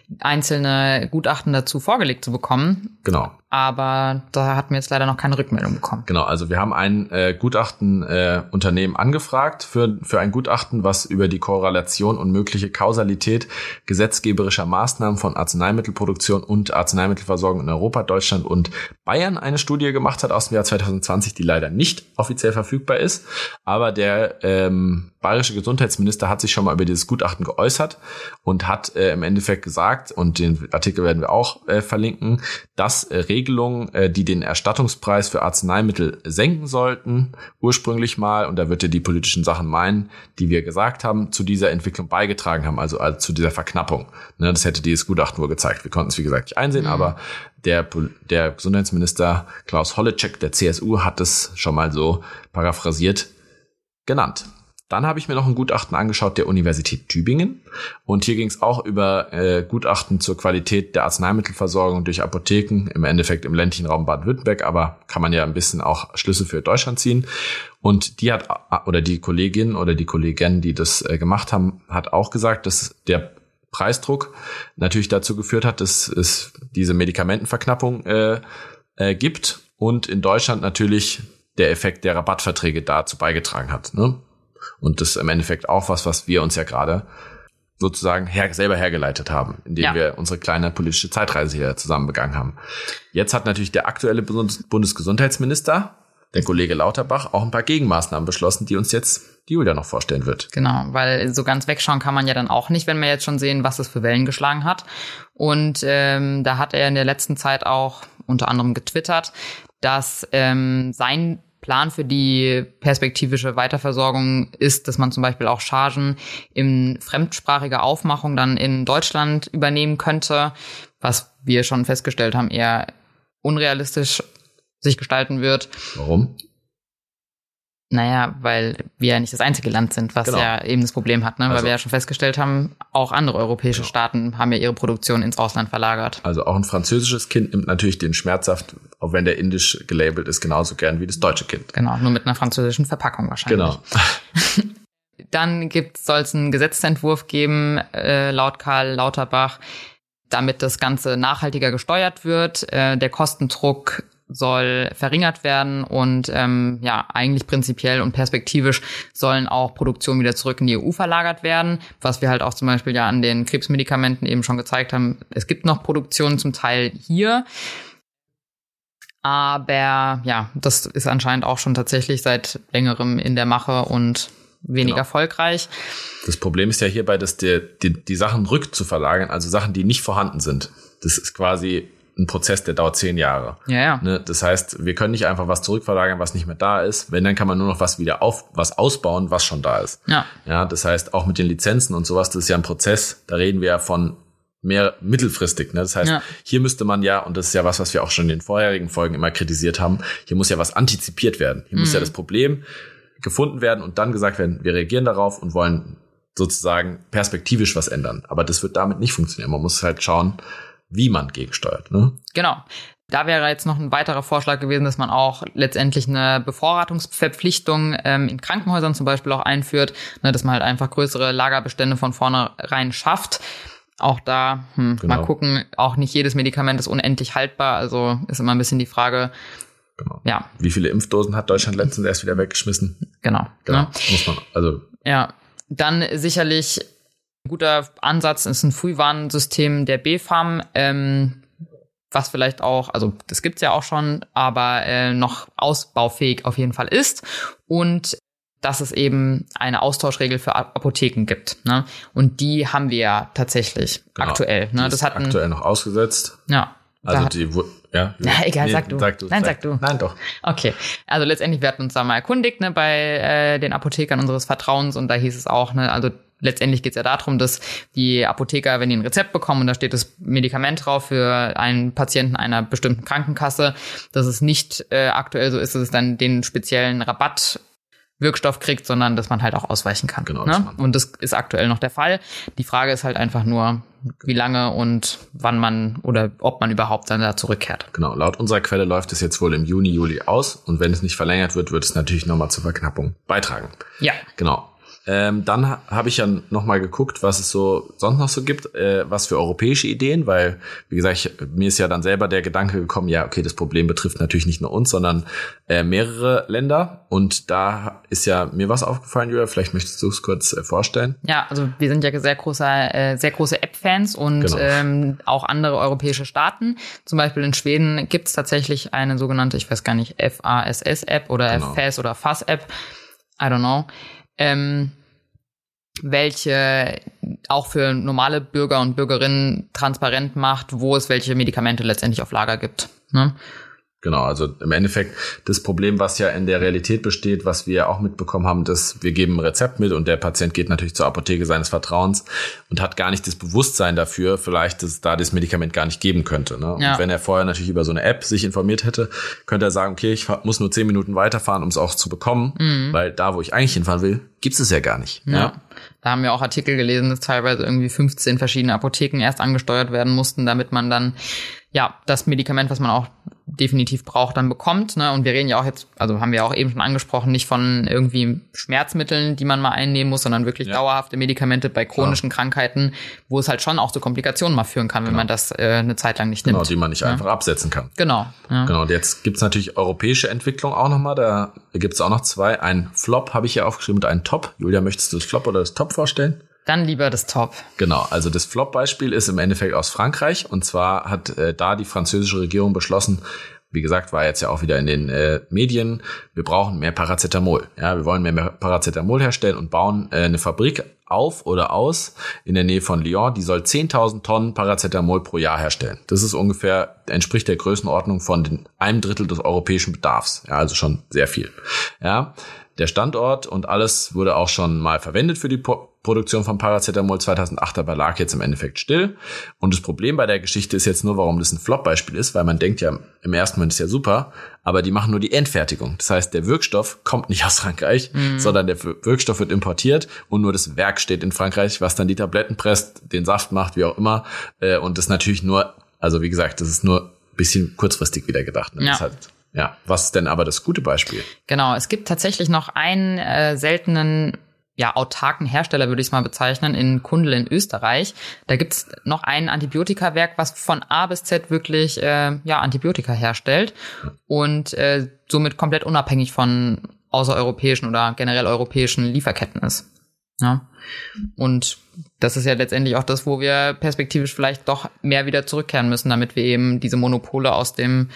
Speaker 1: einzelne Gutachten dazu vorgelegt zu bekommen.
Speaker 2: Genau.
Speaker 1: Aber da hatten wir jetzt leider noch keine Rückmeldung bekommen.
Speaker 2: Genau, also wir haben ein äh, Gutachtenunternehmen äh, angefragt für, für ein Gutachten, was über die Korrelation und mögliche Kausalität gesetzgeberischer Maßnahmen von Arzneimittelproduktion und Arzneimittelversorgung in Europa, Deutschland und Bayern eine Studie gemacht hat aus dem Jahr zwanzig zwanzig, die leider nicht offiziell verfügbar ist. Aber der ähm, bayerische Gesundheitsminister hat sich schon mal über dieses Gutachten geäußert und hat äh, im Endeffekt gesagt, und den Artikel werden wir auch äh, verlinken, dass äh, Regelungen, äh, die den Erstattungspreis für Arzneimittel senken sollten, ursprünglich mal, und da wird er die politischen Sachen meinen, die wir gesagt haben, zu dieser Entwicklung beigetragen haben, also, also zu dieser Verknappung. Ne, das hätte dieses Gutachten wohl gezeigt. Wir konnten es, wie gesagt, nicht einsehen, mhm. aber der, der Gesundheitsminister Klaus Holleczek, der C S U, hat es schon mal so paraphrasiert genannt. Dann habe ich mir noch ein Gutachten angeschaut der Universität Tübingen. Und hier ging es auch über äh, Gutachten zur Qualität der Arzneimittelversorgung durch Apotheken, im Endeffekt im ländlichen Raum Baden-Württemberg, aber kann man ja ein bisschen auch Schlüsse für Deutschland ziehen. Und die hat, oder die Kollegin oder die Kollegin, die das äh, gemacht haben, hat auch gesagt, dass der Preisdruck natürlich dazu geführt hat, dass es diese Medikamentenverknappung äh, äh, gibt und in Deutschland natürlich der Effekt der Rabattverträge dazu beigetragen hat, ne? Und das ist im Endeffekt auch was, was wir uns ja gerade sozusagen her- selber hergeleitet haben, indem ja. wir unsere kleine politische Zeitreise hier zusammen begangen haben. Jetzt hat natürlich der aktuelle Bundesgesundheitsminister, der Kollege Lauterbach, auch ein paar Gegenmaßnahmen beschlossen, die uns jetzt die Julia noch vorstellen wird.
Speaker 1: Genau, weil so ganz wegschauen kann man ja dann auch nicht, wenn wir jetzt schon sehen, was es für Wellen geschlagen hat. Und ähm, da hat er in der letzten Zeit auch unter anderem getwittert, dass ähm, sein Plan für die perspektivische Weiterversorgung ist, dass man zum Beispiel auch Chargen in fremdsprachiger Aufmachung dann in Deutschland übernehmen könnte, was wir schon festgestellt haben, eher unrealistisch sich gestalten wird.
Speaker 2: Warum?
Speaker 1: Naja, weil wir ja nicht das einzige Land sind, was genau. ja eben das Problem hat, ne? Also, weil wir ja schon festgestellt haben, auch andere europäische genau. Staaten haben ja ihre Produktion ins Ausland verlagert.
Speaker 2: Also auch ein französisches Kind nimmt natürlich den Schmerzsaft, auch wenn der indisch gelabelt ist, genauso gern wie das deutsche Kind.
Speaker 1: Genau, nur mit einer französischen Verpackung wahrscheinlich.
Speaker 2: Genau.
Speaker 1: Dann gibt, soll es einen Gesetzentwurf geben, äh, laut Karl Lauterbach, damit das Ganze nachhaltiger gesteuert wird. Äh, der Kostendruck soll verringert werden und ähm, ja, eigentlich prinzipiell und perspektivisch sollen auch Produktionen wieder zurück in die E U verlagert werden, was wir halt auch zum Beispiel ja an den Krebsmedikamenten eben schon gezeigt haben. Es gibt noch Produktionen zum Teil hier, aber ja, das ist anscheinend auch schon tatsächlich seit längerem in der Mache und weniger genau. erfolgreich.
Speaker 2: Das Problem ist ja hierbei, dass die, die, die Sachen rückzuverlagern, also Sachen, die nicht vorhanden sind, das ist quasi ein Prozess, der dauert zehn Jahre.
Speaker 1: Ja, ja.
Speaker 2: Ne? Das heißt, wir können nicht einfach was zurückverlagern, was nicht mehr da ist. Wenn, dann kann man nur noch was wieder auf, was ausbauen, was schon da ist.
Speaker 1: Ja.
Speaker 2: Ja, das heißt, auch mit den Lizenzen und sowas, das ist ja ein Prozess, da reden wir ja von mehr mittelfristig. Ne? Das heißt, ja. hier müsste man ja, und das ist ja was, was wir auch schon in den vorherigen Folgen immer kritisiert haben, hier muss ja was antizipiert werden. Hier mhm. muss ja das Problem gefunden werden und dann gesagt werden, wir reagieren darauf und wollen sozusagen perspektivisch was ändern. Aber das wird damit nicht funktionieren. Man muss halt schauen, wie man gegensteuert. Ne?
Speaker 1: Genau. Da wäre jetzt noch ein weiterer Vorschlag gewesen, dass man auch letztendlich eine Bevorratungsverpflichtung ähm, in Krankenhäusern zum Beispiel auch einführt, ne, dass man halt einfach größere Lagerbestände von vornherein schafft. Auch da, hm, genau. mal gucken, auch nicht jedes Medikament ist unendlich haltbar, also ist immer ein bisschen die Frage,
Speaker 2: genau.
Speaker 1: ja.
Speaker 2: Wie viele Impfdosen hat Deutschland letztens erst wieder weggeschmissen?
Speaker 1: Genau.
Speaker 2: Genau,
Speaker 1: ne?
Speaker 2: muss man, also.
Speaker 1: Ja, dann sicherlich ein guter Ansatz ist ein Frühwarnsystem der B Fam, ähm, was vielleicht auch, also das gibt's ja auch schon, aber äh, noch ausbaufähig auf jeden Fall ist. Und dass es eben eine Austauschregel für Apotheken gibt. Ne? Und die haben wir ja tatsächlich genau. aktuell. Ne?
Speaker 2: Die
Speaker 1: das
Speaker 2: ist
Speaker 1: hat
Speaker 2: aktuell noch ausgesetzt.
Speaker 1: Ja.
Speaker 2: Also
Speaker 1: hat,
Speaker 2: die, ja.
Speaker 1: Na, egal, nee, sag du.
Speaker 2: Sag du.
Speaker 1: Nein,
Speaker 2: sag,
Speaker 1: sag du.
Speaker 2: Nein, doch.
Speaker 1: Okay. Also letztendlich, wir hatten uns da mal erkundigt, ne, bei äh, den Apothekern unseres Vertrauens und da hieß es auch, ne, also letztendlich geht es ja darum, dass die Apotheker, wenn die ein Rezept bekommen und da steht das Medikament drauf für einen Patienten einer bestimmten Krankenkasse, dass es nicht äh, aktuell so ist, dass es dann den speziellen Rabatt Wirkstoff kriegt, sondern dass man halt auch ausweichen kann.
Speaker 2: Genau.
Speaker 1: Ne? Und das ist aktuell noch der Fall. Die Frage ist halt einfach nur, wie lange und wann man oder ob man überhaupt dann da zurückkehrt.
Speaker 2: Genau. Laut unserer Quelle läuft es jetzt wohl im Juni, Juli aus und wenn es nicht verlängert wird, wird es natürlich nochmal zur Verknappung beitragen.
Speaker 1: Ja.
Speaker 2: Genau. Ähm, dann ha- habe ich ja nochmal geguckt, was es so sonst noch so gibt, äh, was für europäische Ideen, weil, wie gesagt, ich, mir ist ja dann selber der Gedanke gekommen, ja, okay, das Problem betrifft natürlich nicht nur uns, sondern äh, mehrere Länder. Und da ist ja mir was aufgefallen, Julia, vielleicht möchtest du es kurz äh, vorstellen.
Speaker 1: Ja, also wir sind ja sehr großer, äh, sehr große App-Fans und
Speaker 2: Genau.
Speaker 1: ähm, auch andere europäische Staaten. Zum Beispiel in Schweden gibt es tatsächlich eine sogenannte, ich weiß gar nicht, F A S S-App oder
Speaker 2: Genau.
Speaker 1: F A S oder F A S-App, I don't know, ähm, welche auch für normale Bürger und Bürgerinnen transparent macht, wo es welche Medikamente letztendlich auf Lager gibt. Ne?
Speaker 2: Genau, also im Endeffekt das Problem, was ja in der Realität besteht, was wir auch mitbekommen haben, dass wir geben ein Rezept mit und der Patient geht natürlich zur Apotheke seines Vertrauens und hat gar nicht das Bewusstsein dafür, vielleicht, dass es da das Medikament gar nicht geben könnte. Ne?
Speaker 1: Ja.
Speaker 2: Und wenn er vorher natürlich über so eine App sich informiert hätte, könnte er sagen, okay, ich muss nur zehn Minuten weiterfahren, um es auch zu bekommen, mhm. weil da, wo ich eigentlich hinfahren will, gibt es ja gar nicht.
Speaker 1: Ja.
Speaker 2: Ja.
Speaker 1: Da haben wir auch Artikel gelesen, dass teilweise irgendwie fünfzehn verschiedene Apotheken erst angesteuert werden mussten, damit man dann ja das Medikament, was man auch definitiv braucht, dann bekommt. Ne? Und wir reden ja auch jetzt, also haben wir auch eben schon angesprochen, nicht von irgendwie Schmerzmitteln, die man mal einnehmen muss, sondern wirklich ja. dauerhafte Medikamente bei chronischen ja. Krankheiten, wo es halt schon auch zu Komplikationen mal führen kann, wenn genau. man das äh, eine Zeit lang nicht nimmt.
Speaker 2: Genau, die man nicht ja. einfach absetzen kann.
Speaker 1: Genau. Ja.
Speaker 2: Genau, und jetzt gibt's natürlich europäische Entwicklung auch nochmal. Da gibt's auch noch zwei. Ein Flop habe ich hier aufgeschrieben und einen Top. Julia, möchtest du das Flop oder das Top vorstellen?
Speaker 1: Dann lieber das Top.
Speaker 2: Genau, also das Flop-Beispiel ist im Endeffekt aus Frankreich. Und zwar hat äh, da die französische Regierung beschlossen, wie gesagt, war jetzt ja auch wieder in den äh, Medien, wir brauchen mehr Paracetamol. Ja, wir wollen mehr Paracetamol herstellen und bauen äh, eine Fabrik auf oder aus in der Nähe von Lyon. Die soll zehntausend Tonnen Paracetamol pro Jahr herstellen. Das ist ungefähr, entspricht der Größenordnung von den, einem Drittel des europäischen Bedarfs. Ja, also schon sehr viel. Ja, der Standort und alles wurde auch schon mal verwendet für die po- Produktion von Paracetamol zweitausendacht, aber lag jetzt im Endeffekt still. Und das Problem bei der Geschichte ist jetzt nur, warum das ein Flop-Beispiel ist, weil man denkt ja, im ersten Moment ist ja super, aber die machen nur die Endfertigung. Das heißt, der Wirkstoff kommt nicht aus Frankreich, mhm. sondern der Wirkstoff wird importiert und nur das Werk steht in Frankreich, was dann die Tabletten presst, den Saft macht, wie auch immer. Und das natürlich nur, also wie gesagt, das ist nur ein bisschen kurzfristig wieder gedacht. Ne?
Speaker 1: Ja.
Speaker 2: Das heißt, ja, was ist denn aber das gute Beispiel?
Speaker 1: Genau, es gibt tatsächlich noch einen äh, seltenen, ja, autarken Hersteller, würde ich es mal bezeichnen, in Kundl in Österreich. Da gibt's noch ein Antibiotikawerk, was von A bis Z wirklich äh, ja Antibiotika herstellt und äh, somit komplett unabhängig von außereuropäischen oder generell europäischen Lieferketten ist. Ja. Und das ist ja letztendlich auch das, wo wir perspektivisch vielleicht doch mehr wieder zurückkehren müssen, damit wir eben diese Monopole aus dem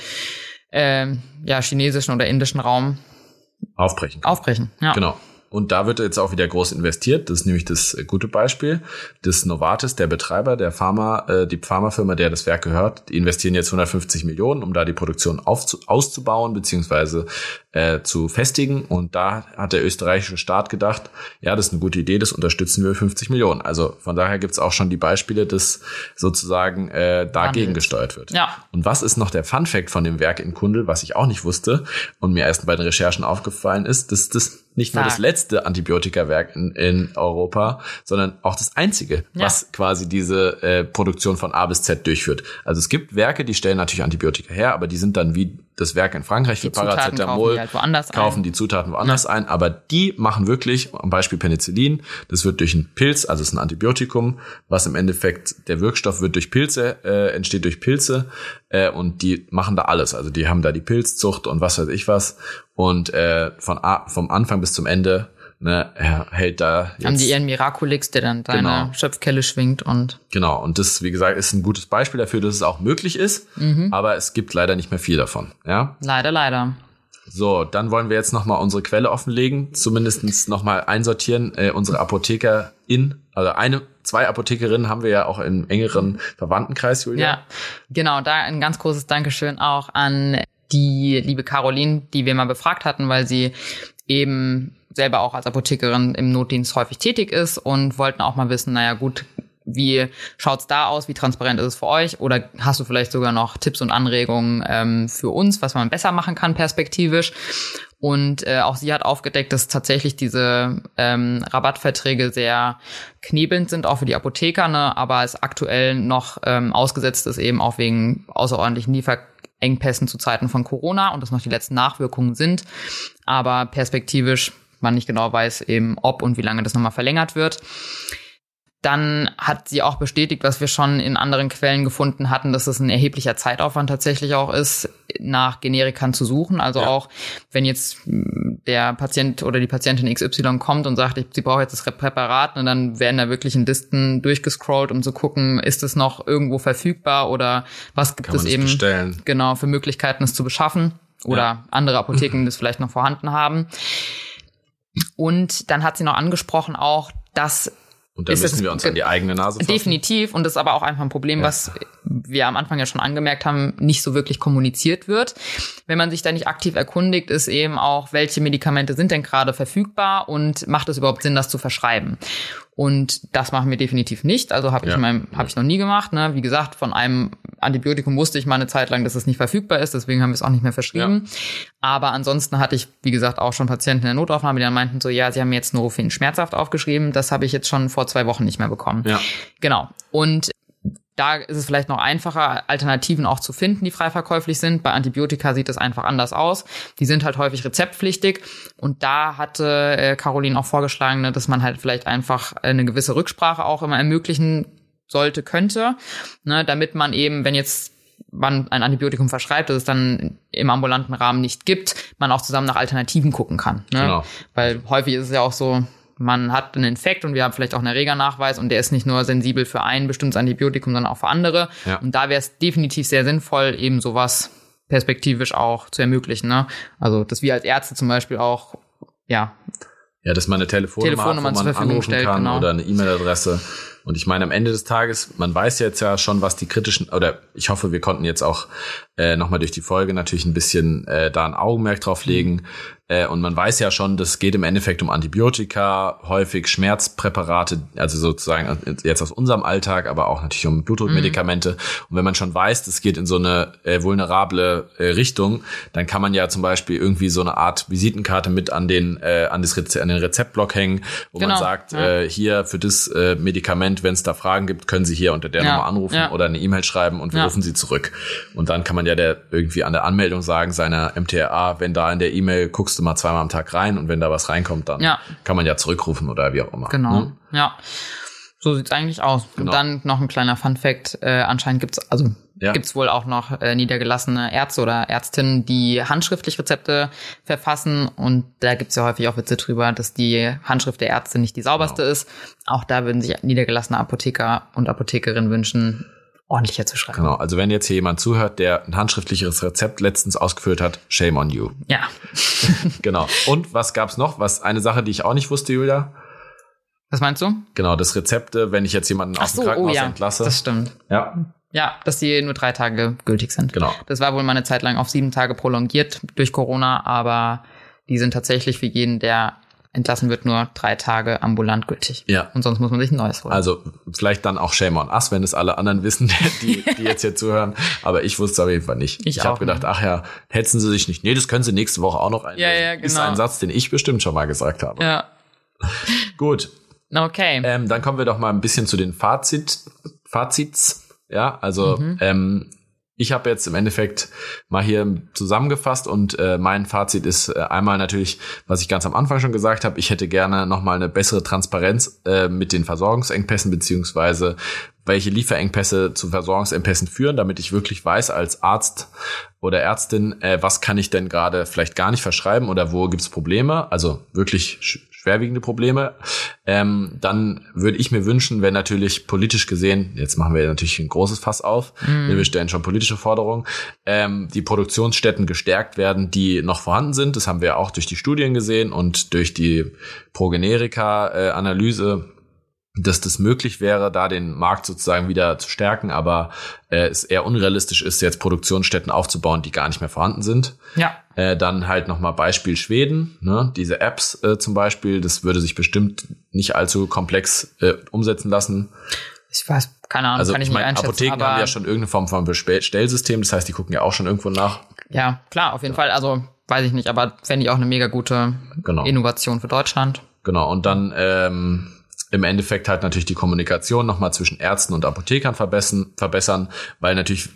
Speaker 1: ähm, ja, chinesischen oder indischen Raum
Speaker 2: aufbrechen.
Speaker 1: Aufbrechen, ja.
Speaker 2: Genau. Und da wird jetzt auch wieder groß investiert. Das ist nämlich das gute Beispiel. Das Novartis, der Betreiber, der Pharma, äh, die Pharmafirma, der das Werk gehört, die investieren jetzt hundertfünfzig Millionen, um da die Produktion aufzu- auszubauen bzw. Äh, zu festigen. Und da hat der österreichische Staat gedacht, ja, das ist eine gute Idee, das unterstützen wir fünfzig Millionen. Also von daher gibt's auch schon die Beispiele, dass sozusagen äh, dagegen gesteuert wird.
Speaker 1: Ja.
Speaker 2: Und was ist noch der Funfact von dem Werk in Kundl, was ich auch nicht wusste und mir erst bei den Recherchen aufgefallen ist, dass das nicht nur das letzte Antibiotikawerk in, in Europa, sondern auch das einzige, ja. was quasi diese äh, Produktion von A bis Z durchführt. Also es gibt Werke, die stellen natürlich Antibiotika her, aber die sind dann wie das Werk in Frankreich für Paracetamol,
Speaker 1: kaufen die, halt
Speaker 2: kaufen die Zutaten woanders ja. ein, aber die machen wirklich, am Beispiel Penicillin, das wird durch einen Pilz, also es ist ein Antibiotikum, was im Endeffekt, der Wirkstoff wird durch Pilze, äh, entsteht durch Pilze äh, und die machen da alles, also die haben da die Pilzzucht und was weiß ich was und äh, von A, vom Anfang bis zum Ende ne, hält da jetzt,
Speaker 1: haben die ihren Miraculix, der dann deine genau. Schöpfkelle schwingt und
Speaker 2: genau, und das, wie gesagt, ist ein gutes Beispiel dafür, dass es auch möglich ist, mhm. aber es gibt leider nicht mehr viel davon. Ja?
Speaker 1: Leider, leider.
Speaker 2: So, dann wollen wir jetzt nochmal unsere Quelle offenlegen, zumindest nochmal einsortieren, äh, unsere Apothekerin, also eine, zwei Apothekerinnen haben wir ja auch im engeren Verwandtenkreis, Julia.
Speaker 1: Ja, genau, da ein ganz großes Dankeschön auch an die liebe Caroline, die wir mal befragt hatten, weil sie eben selber auch als Apothekerin im Notdienst häufig tätig ist und wollten auch mal wissen, naja gut, wie schaut's da aus, wie transparent ist es für euch oder hast du vielleicht sogar noch Tipps und Anregungen ähm, für uns, was man besser machen kann perspektivisch. Und äh, auch sie hat aufgedeckt, dass tatsächlich diese ähm, Rabattverträge sehr knebelnd sind, auch für die Apotheker, ne? Aber es aktuell noch ähm, ausgesetzt ist, eben auch wegen außerordentlichen Lieferengpässen zu Zeiten von Corona und das noch die letzten Nachwirkungen sind. Aber perspektivisch man nicht genau weiß, eben ob und wie lange das nochmal verlängert wird. Dann hat sie auch bestätigt, was wir schon in anderen Quellen gefunden hatten, dass es ein erheblicher Zeitaufwand tatsächlich auch ist, nach Generikern zu suchen. Also ja. auch, wenn jetzt der Patient oder die Patientin X Y kommt und sagt, ich, sie braucht jetzt das Präparat, und dann werden da wirklich in Listen durchgescrollt, um zu gucken, ist es noch irgendwo verfügbar oder was gibt
Speaker 2: Kann
Speaker 1: es
Speaker 2: man
Speaker 1: eben
Speaker 2: bestellen?
Speaker 1: Genau für Möglichkeiten, es zu beschaffen oder ja. andere Apotheken das vielleicht noch vorhanden haben. Und dann hat sie noch angesprochen auch, dass
Speaker 2: Und da müssen wir uns an die eigene Nase fassen.
Speaker 1: Definitiv. Und das ist aber auch einfach ein Problem, ja. was wir am Anfang ja schon angemerkt haben, nicht so wirklich kommuniziert wird. Wenn man sich da nicht aktiv erkundigt, ist eben auch, welche Medikamente sind denn gerade verfügbar und macht es überhaupt Sinn, das zu verschreiben? Und das machen wir definitiv nicht. Also habe ich, ja. mein, hab ich noch nie gemacht. Ne? Wie gesagt, von einem Antibiotikum wusste ich mal eine Zeit lang, dass es nicht verfügbar ist. Deswegen haben wir es auch nicht mehr verschrieben. Ja. Aber ansonsten hatte ich, wie gesagt, auch schon Patienten in der Notaufnahme, die dann meinten so, ja, sie haben mir jetzt Nurofen schmerzhaft aufgeschrieben. Das habe ich jetzt schon vor zwei Wochen nicht mehr bekommen. Ja. Genau. Und da ist es vielleicht noch einfacher, Alternativen auch zu finden, die frei verkäuflich sind. Bei Antibiotika sieht es einfach anders aus. Die sind halt häufig rezeptpflichtig. Und da hatte äh, Caroline auch vorgeschlagen, ne, dass man halt vielleicht einfach eine gewisse Rücksprache auch immer ermöglichen sollte, könnte, ne, damit man eben, wenn jetzt man ein Antibiotikum verschreibt, das es dann im ambulanten Rahmen nicht gibt, man auch zusammen nach Alternativen gucken kann. Ne? Genau. Weil häufig ist es ja auch so, man hat einen Infekt und wir haben vielleicht auch einen Erregernachweis und der ist nicht nur sensibel für ein bestimmtes Antibiotikum, sondern auch für andere. Ja. Und da wäre es definitiv sehr sinnvoll, eben sowas perspektivisch auch zu ermöglichen. Ne? Also, dass wir als Ärzte zum Beispiel auch, ja.
Speaker 2: Ja, dass man eine Telefonnummer,
Speaker 1: Telefonnummer
Speaker 2: hat, wo man anrufen stellt, kann genau. oder eine E-Mail-Adresse. Und ich meine, am Ende des Tages, man weiß jetzt ja schon, was die kritischen, oder ich hoffe, wir konnten jetzt auch äh, nochmal durch die Folge natürlich ein bisschen äh, da ein Augenmerk drauf legen. Äh, und man weiß ja schon, das geht im Endeffekt um Antibiotika, häufig Schmerzpräparate, also sozusagen jetzt aus unserem Alltag, aber auch natürlich um Blutdruckmedikamente. Mhm. Und wenn man schon weiß, das geht in so eine äh, vulnerable äh, Richtung, dann kann man ja zum Beispiel irgendwie so eine Art Visitenkarte mit an den äh, an, das Reze- an den Rezeptblock hängen, wo genau. man sagt, ja. äh, hier für das äh, Medikament, wenn es da Fragen gibt, können Sie hier unter der ja, Nummer anrufen ja. oder eine E-Mail schreiben und wir ja. rufen Sie zurück. Und dann kann man ja der irgendwie an der Anmeldung sagen, seiner M T R A, wenn da in der E-Mail guckst du mal zweimal am Tag rein und wenn da was reinkommt, dann ja. kann man ja zurückrufen oder wie auch immer.
Speaker 1: Genau,
Speaker 2: ne?
Speaker 1: ja. So sieht's eigentlich aus. Genau. Und dann noch ein kleiner Fun-Fact. Äh, anscheinend gibt's also ja. gibt's wohl auch noch äh, niedergelassene Ärzte oder Ärztinnen, die handschriftlich Rezepte verfassen. Und da gibt's ja häufig auch Witze drüber, dass die Handschrift der Ärzte nicht die sauberste genau. ist. Auch da würden sich niedergelassene Apotheker und Apothekerinnen wünschen, ordentlicher zu schreiben.
Speaker 2: Genau, also wenn jetzt hier jemand zuhört, der ein handschriftliches Rezept letztens ausgefüllt hat, shame on you.
Speaker 1: Ja.
Speaker 2: Genau. Und was gab's noch? Was eine Sache, die ich auch nicht wusste, Julia?
Speaker 1: Was meinst du?
Speaker 2: Genau, das Rezepte, wenn ich jetzt jemanden
Speaker 1: Ach
Speaker 2: aus
Speaker 1: so,
Speaker 2: dem Krankenhaus
Speaker 1: oh ja,
Speaker 2: entlasse.
Speaker 1: Das stimmt.
Speaker 2: Ja.
Speaker 1: Ja, dass die nur drei Tage gültig sind.
Speaker 2: Genau.
Speaker 1: Das war wohl mal eine Zeit lang auf sieben Tage prolongiert durch Corona, aber die sind tatsächlich für jeden, der entlassen wird, nur drei Tage ambulant gültig.
Speaker 2: Ja.
Speaker 1: Und sonst muss man sich ein neues holen.
Speaker 2: Also vielleicht dann auch shame on us, wenn es alle anderen wissen, die, die jetzt hier zuhören. Aber ich wusste es auf jeden Fall nicht. Ich, ich habe gedacht, ach ja, hetzen Sie sich nicht. Nee, das können Sie nächste Woche auch noch einlösen.
Speaker 1: Ja, ja, genau.
Speaker 2: Ist ein Satz, den ich bestimmt schon mal gesagt habe.
Speaker 1: Ja.
Speaker 2: Gut.
Speaker 1: Okay.
Speaker 2: Ähm, dann kommen wir doch mal ein bisschen zu den Fazit, Fazits. Ja, also mhm. ähm, ich habe jetzt im Endeffekt mal hier zusammengefasst und äh, mein Fazit ist äh, einmal natürlich, was ich ganz am Anfang schon gesagt habe, ich hätte gerne nochmal eine bessere Transparenz äh, mit den Versorgungsengpässen beziehungsweise welche Lieferengpässe zu Versorgungsengpässen führen, damit ich wirklich weiß als Arzt oder Ärztin, äh, was kann ich denn gerade vielleicht gar nicht verschreiben oder wo gibt's Probleme, also wirklich sch- schwerwiegende Probleme. Ähm, dann würde ich mir wünschen, wenn natürlich politisch gesehen, jetzt machen wir natürlich ein großes Fass auf, mm. wir stellen schon politische Forderungen, ähm, die Produktionsstätten gestärkt werden, die noch vorhanden sind. Das haben wir auch durch die Studien gesehen und durch die Progenerika-Analyse, dass das möglich wäre, da den Markt sozusagen wieder zu stärken, aber äh, es eher unrealistisch ist, jetzt Produktionsstätten aufzubauen, die gar nicht mehr vorhanden sind.
Speaker 1: Ja.
Speaker 2: Äh, dann halt nochmal Beispiel Schweden, ne? Diese Apps äh, zum Beispiel, das würde sich bestimmt nicht allzu komplex äh, umsetzen lassen.
Speaker 1: Ich weiß, keine Ahnung,
Speaker 2: also
Speaker 1: kann ich,
Speaker 2: ich
Speaker 1: nicht
Speaker 2: meine,
Speaker 1: einschätzen.
Speaker 2: Apotheken haben ja schon irgendeine Form von Bestellsystem, das heißt, die gucken ja auch schon irgendwo nach.
Speaker 1: Ja, klar, auf jeden ja. Fall, also weiß ich nicht, aber fände ich auch eine mega gute genau. Innovation für Deutschland.
Speaker 2: Genau, und dann ähm, im Endeffekt halt natürlich die Kommunikation nochmal zwischen Ärzten und Apothekern verbessern, verbessern, weil natürlich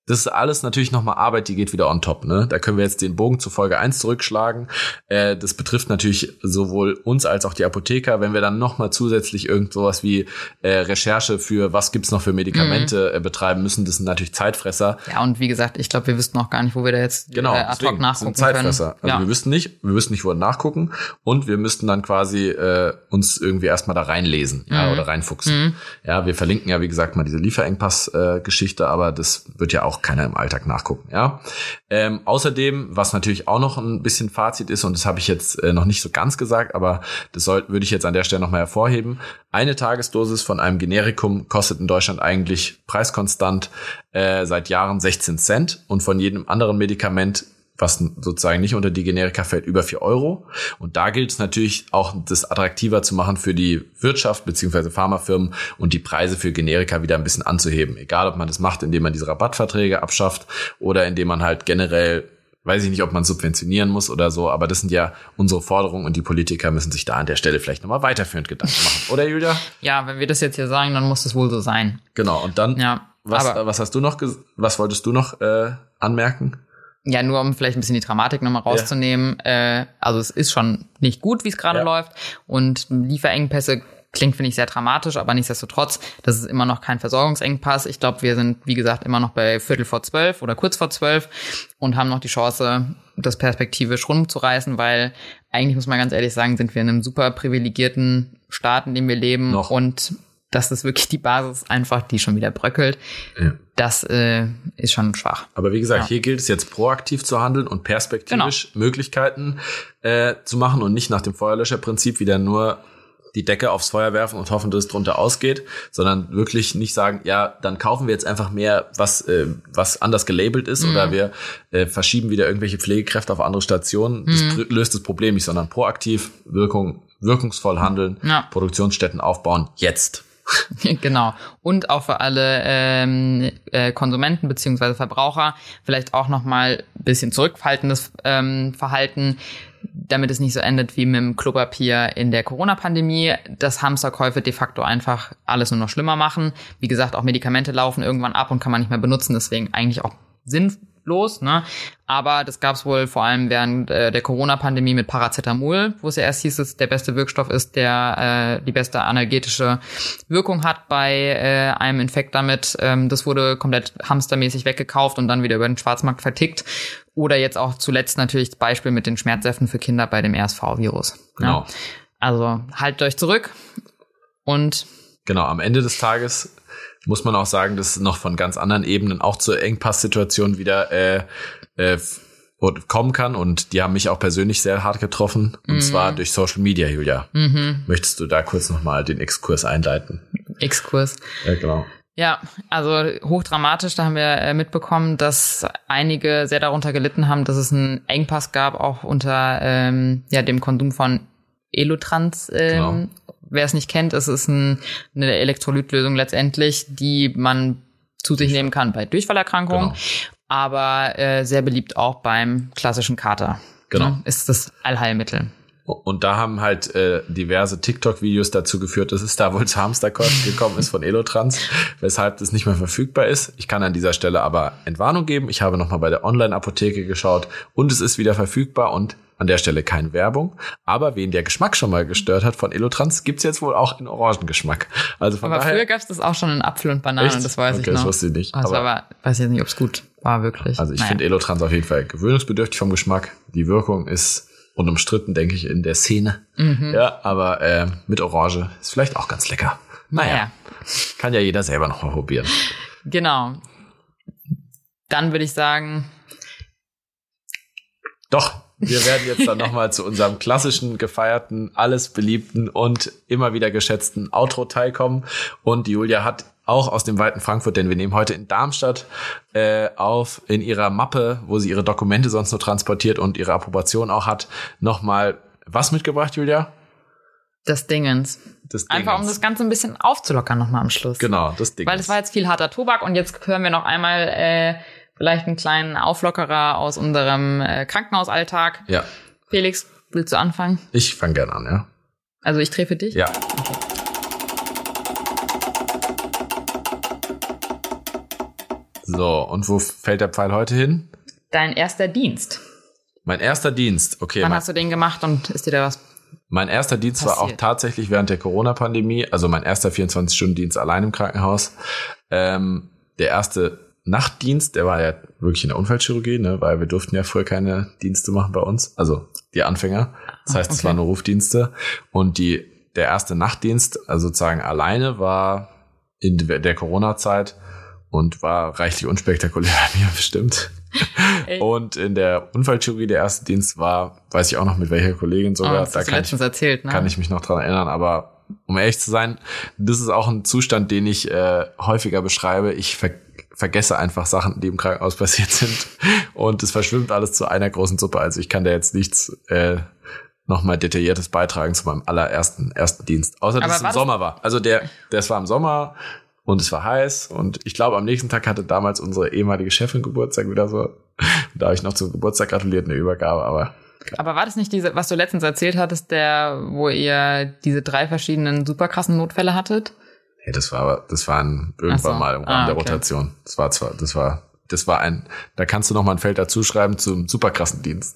Speaker 2: Das ist alles natürlich nochmal Arbeit, die geht wieder on top, ne? Da können wir jetzt den Bogen zu Folge eins zurückschlagen. Äh, das betrifft natürlich sowohl uns als auch die Apotheker. Wenn wir dann nochmal zusätzlich irgend sowas wie äh, Recherche für was gibt's noch für Medikamente mhm. äh, betreiben müssen, das sind natürlich Zeitfresser.
Speaker 1: Ja, und wie gesagt, ich glaube, wir wüssten noch gar nicht, wo wir da jetzt
Speaker 2: genau,
Speaker 1: äh, ad hoc nachgucken
Speaker 2: sind Zeitfresser.
Speaker 1: können.
Speaker 2: Also
Speaker 1: ja.
Speaker 2: wir wüssten nicht, wir wüssten nicht, wo wir nachgucken und wir müssten dann quasi äh, uns irgendwie erstmal da reinlesen, mhm. ja, oder reinfuchsen. Mhm. Ja, wir verlinken ja, wie gesagt, mal diese Lieferengpass-Geschichte, äh, aber das wird ja auch keiner im Alltag nachgucken, ja. Ähm, außerdem, was natürlich auch noch ein bisschen Fazit ist, und das habe ich jetzt äh, noch nicht so ganz gesagt, aber das soll, würde ich jetzt an der Stelle nochmal hervorheben. Eine Tagesdosis von einem Generikum kostet in Deutschland eigentlich preiskonstant äh, seit Jahren sechzehn Cent und von jedem anderen Medikament, was sozusagen nicht unter die Generika fällt, über vier Euro. Und da gilt es natürlich auch, das attraktiver zu machen für die Wirtschaft beziehungsweise Pharmafirmen und die Preise für Generika wieder ein bisschen anzuheben. Egal, ob man das macht, indem man diese Rabattverträge abschafft oder indem man halt generell, weiß ich nicht, ob man subventionieren muss oder so, aber das sind ja unsere Forderungen und die Politiker müssen sich da an der Stelle vielleicht nochmal weiterführend Gedanken machen. Oder, Julia?
Speaker 1: Ja, wenn wir das jetzt hier sagen, dann muss das wohl so sein.
Speaker 2: Genau, und dann, ja, was, was hast du noch, was wolltest du noch äh, anmerken?
Speaker 1: Ja, nur um vielleicht ein bisschen die Dramatik nochmal rauszunehmen. Ja. Äh, also es ist schon nicht gut, wie es gerade ja. läuft. Und Lieferengpässe klingt, finde ich, sehr dramatisch, aber nichtsdestotrotz, das ist immer noch kein Versorgungsengpass. Ich glaube, wir sind, wie gesagt, immer noch bei Viertel vor zwölf oder kurz vor zwölf und haben noch die Chance, das perspektivisch rumzureißen, weil eigentlich, muss man ganz ehrlich sagen, sind wir in einem super privilegierten Staat, in dem wir leben. Noch. Und das ist wirklich die Basis einfach, die schon wieder bröckelt. Ja. Das äh, ist schon schwach.
Speaker 2: Aber wie gesagt, ja. hier gilt es jetzt proaktiv zu handeln und perspektivisch genau. Möglichkeiten äh, zu machen und nicht nach dem Feuerlöscherprinzip wieder nur die Decke aufs Feuer werfen und hoffen, dass es drunter ausgeht, sondern wirklich nicht sagen, ja, dann kaufen wir jetzt einfach mehr, was äh, was anders gelabelt ist mhm. oder wir äh, verschieben wieder irgendwelche Pflegekräfte auf andere Stationen. Das mhm. löst das Problem nicht, sondern proaktiv, Wirkung, wirkungsvoll handeln, ja. Produktionsstätten aufbauen, jetzt.
Speaker 1: Genau. Und auch für alle ähm, äh, Konsumenten beziehungsweise Verbraucher vielleicht auch nochmal ein bisschen zurückhaltendes ähm, Verhalten, damit es nicht so endet wie mit dem Klopapier in der Corona-Pandemie, dass Hamsterkäufe de facto einfach alles nur noch schlimmer machen. Wie gesagt, auch Medikamente laufen irgendwann ab und kann man nicht mehr benutzen, deswegen eigentlich auch sinnlos, ne? Aber das gab es wohl vor allem während äh, der Corona-Pandemie mit Paracetamol, wo es ja erst hieß, dass der beste Wirkstoff ist, der äh, die beste analgetische Wirkung hat bei äh, einem Infekt damit. Ähm, das wurde komplett hamstermäßig weggekauft und dann wieder über den Schwarzmarkt vertickt. Oder jetzt auch zuletzt natürlich das Beispiel mit den Schmerzsäften für Kinder bei dem R S V-Virus.
Speaker 2: Genau.
Speaker 1: Ja. Also haltet euch zurück und
Speaker 2: genau, am Ende des Tages muss man auch sagen, dass es noch von ganz anderen Ebenen auch zur Engpasssituation wieder äh, äh, kommen kann. Und die haben mich auch persönlich sehr hart getroffen. Und mhm. zwar durch Social Media, Julia. Mhm. Möchtest du da kurz nochmal den Exkurs einleiten?
Speaker 1: Exkurs.
Speaker 2: Ja, genau.
Speaker 1: Ja, also hochdramatisch, da haben wir äh, mitbekommen, dass einige sehr darunter gelitten haben, dass es einen Engpass gab, auch unter ähm, ja dem Konsum von Elotrans. Ähm, genau. Wer es nicht kennt, es ist ein, eine Elektrolytlösung letztendlich, die man zu sich nehmen kann bei Durchfallerkrankungen, genau. aber äh, sehr beliebt auch beim klassischen Kater.
Speaker 2: Genau.
Speaker 1: Ne? Ist das Allheilmittel.
Speaker 2: Und da haben halt äh, diverse TikTok-Videos dazu geführt, dass es da wohl zu Hamsterkäufen gekommen ist von Elotrans, weshalb das nicht mehr verfügbar ist. Ich kann an dieser Stelle aber Entwarnung geben. Ich habe nochmal bei der Online-Apotheke geschaut und es ist wieder verfügbar und an der Stelle keine Werbung. Aber wen der Geschmack schon mal gestört hat von Elotrans, gibt's jetzt wohl auch in Orangengeschmack. Also von
Speaker 1: aber
Speaker 2: daher,
Speaker 1: früher gab's das auch schon in Apfel und Banane,
Speaker 2: echt?
Speaker 1: Das weiß
Speaker 2: okay,
Speaker 1: ich noch.
Speaker 2: Das wusste ich nicht.
Speaker 1: Also aber, aber weiß jetzt nicht, ob's gut war, wirklich.
Speaker 2: Also ich
Speaker 1: naja.
Speaker 2: finde Elotrans auf jeden Fall gewöhnungsbedürftig vom Geschmack. Die Wirkung ist unumstritten, denke ich, in der Szene. Mhm. Ja, aber äh, mit Orange ist vielleicht auch ganz lecker. Naja, naja. Kann ja jeder selber noch mal probieren.
Speaker 1: Genau. Dann würde ich sagen...
Speaker 2: Doch, wir werden jetzt dann nochmal zu unserem klassischen, gefeierten, alles beliebten und immer wieder geschätzten Outro-Teil kommen. Und Julia hat auch aus dem weiten Frankfurt, denn wir nehmen heute in Darmstadt äh, auf, in ihrer Mappe, wo sie ihre Dokumente sonst nur transportiert und ihre Approbation auch hat, nochmal was mitgebracht, Julia?
Speaker 1: Das Dingens.
Speaker 2: Das Dingens.
Speaker 1: Einfach, um das Ganze ein bisschen aufzulockern nochmal am Schluss.
Speaker 2: Genau, das Dingens.
Speaker 1: Weil es war jetzt viel harter Tobak und jetzt hören wir noch einmal äh, vielleicht einen kleinen Auflockerer aus unserem äh, Krankenhausalltag.
Speaker 2: Ja.
Speaker 1: Felix, willst du anfangen?
Speaker 2: Ich fange gerne an, ja.
Speaker 1: Also ich drehe für dich?
Speaker 2: Ja.
Speaker 1: Okay.
Speaker 2: So, und wo fällt der Pfeil heute hin?
Speaker 1: Dein erster Dienst.
Speaker 2: Mein erster Dienst, okay.
Speaker 1: Wann
Speaker 2: mein,
Speaker 1: hast du den gemacht und ist dir da was
Speaker 2: Mein erster Dienst
Speaker 1: passiert?
Speaker 2: war auch tatsächlich während der Corona-Pandemie, also mein erster vierundzwanzig-Stunden-Dienst allein im Krankenhaus. Ähm, der erste Nachtdienst, der war ja wirklich in der Unfallchirurgie, ne, weil wir durften ja früher keine Dienste machen bei uns, also die Anfänger. Das heißt, es
Speaker 1: okay.
Speaker 2: waren nur Rufdienste. Und die der erste Nachtdienst, also sozusagen alleine, war in der Corona-Zeit und war reichlich unspektakulär bei mir bestimmt. Ey. Und in der Unfallchirurgie, der erste Dienst war, weiß ich auch noch mit welcher Kollegin sogar.
Speaker 1: Oh, das
Speaker 2: da
Speaker 1: hast du
Speaker 2: kann
Speaker 1: letztens
Speaker 2: ich,
Speaker 1: erzählt, ne?
Speaker 2: Kann ich mich noch dran erinnern, aber um ehrlich zu sein, das ist auch ein Zustand, den ich äh, häufiger beschreibe. Ich ver- vergesse einfach Sachen, die im Krankenhaus passiert sind und es verschwimmt alles zu einer großen Suppe. Also ich kann da jetzt nichts äh, nochmal detailliertes beitragen zu meinem allerersten ersten Dienst. Außer, dass aber es im Sommer war. Also der, das war im Sommer und es war heiß und ich glaube, am nächsten Tag hatte damals unsere ehemalige Chefin Geburtstag wieder so. Da habe ich noch zum Geburtstag gratuliert, eine Übergabe, aber...
Speaker 1: Aber war das nicht diese, was du letztens erzählt hattest, der, wo ihr diese drei verschiedenen super krassen Notfälle hattet?
Speaker 2: Nee, das war, das waren irgendwann so. mal im Rahmen ah, der okay. Rotation. Das war zwar, das war, das war ein, da kannst du noch mal ein Feld dazu schreiben zum super krassen Dienst.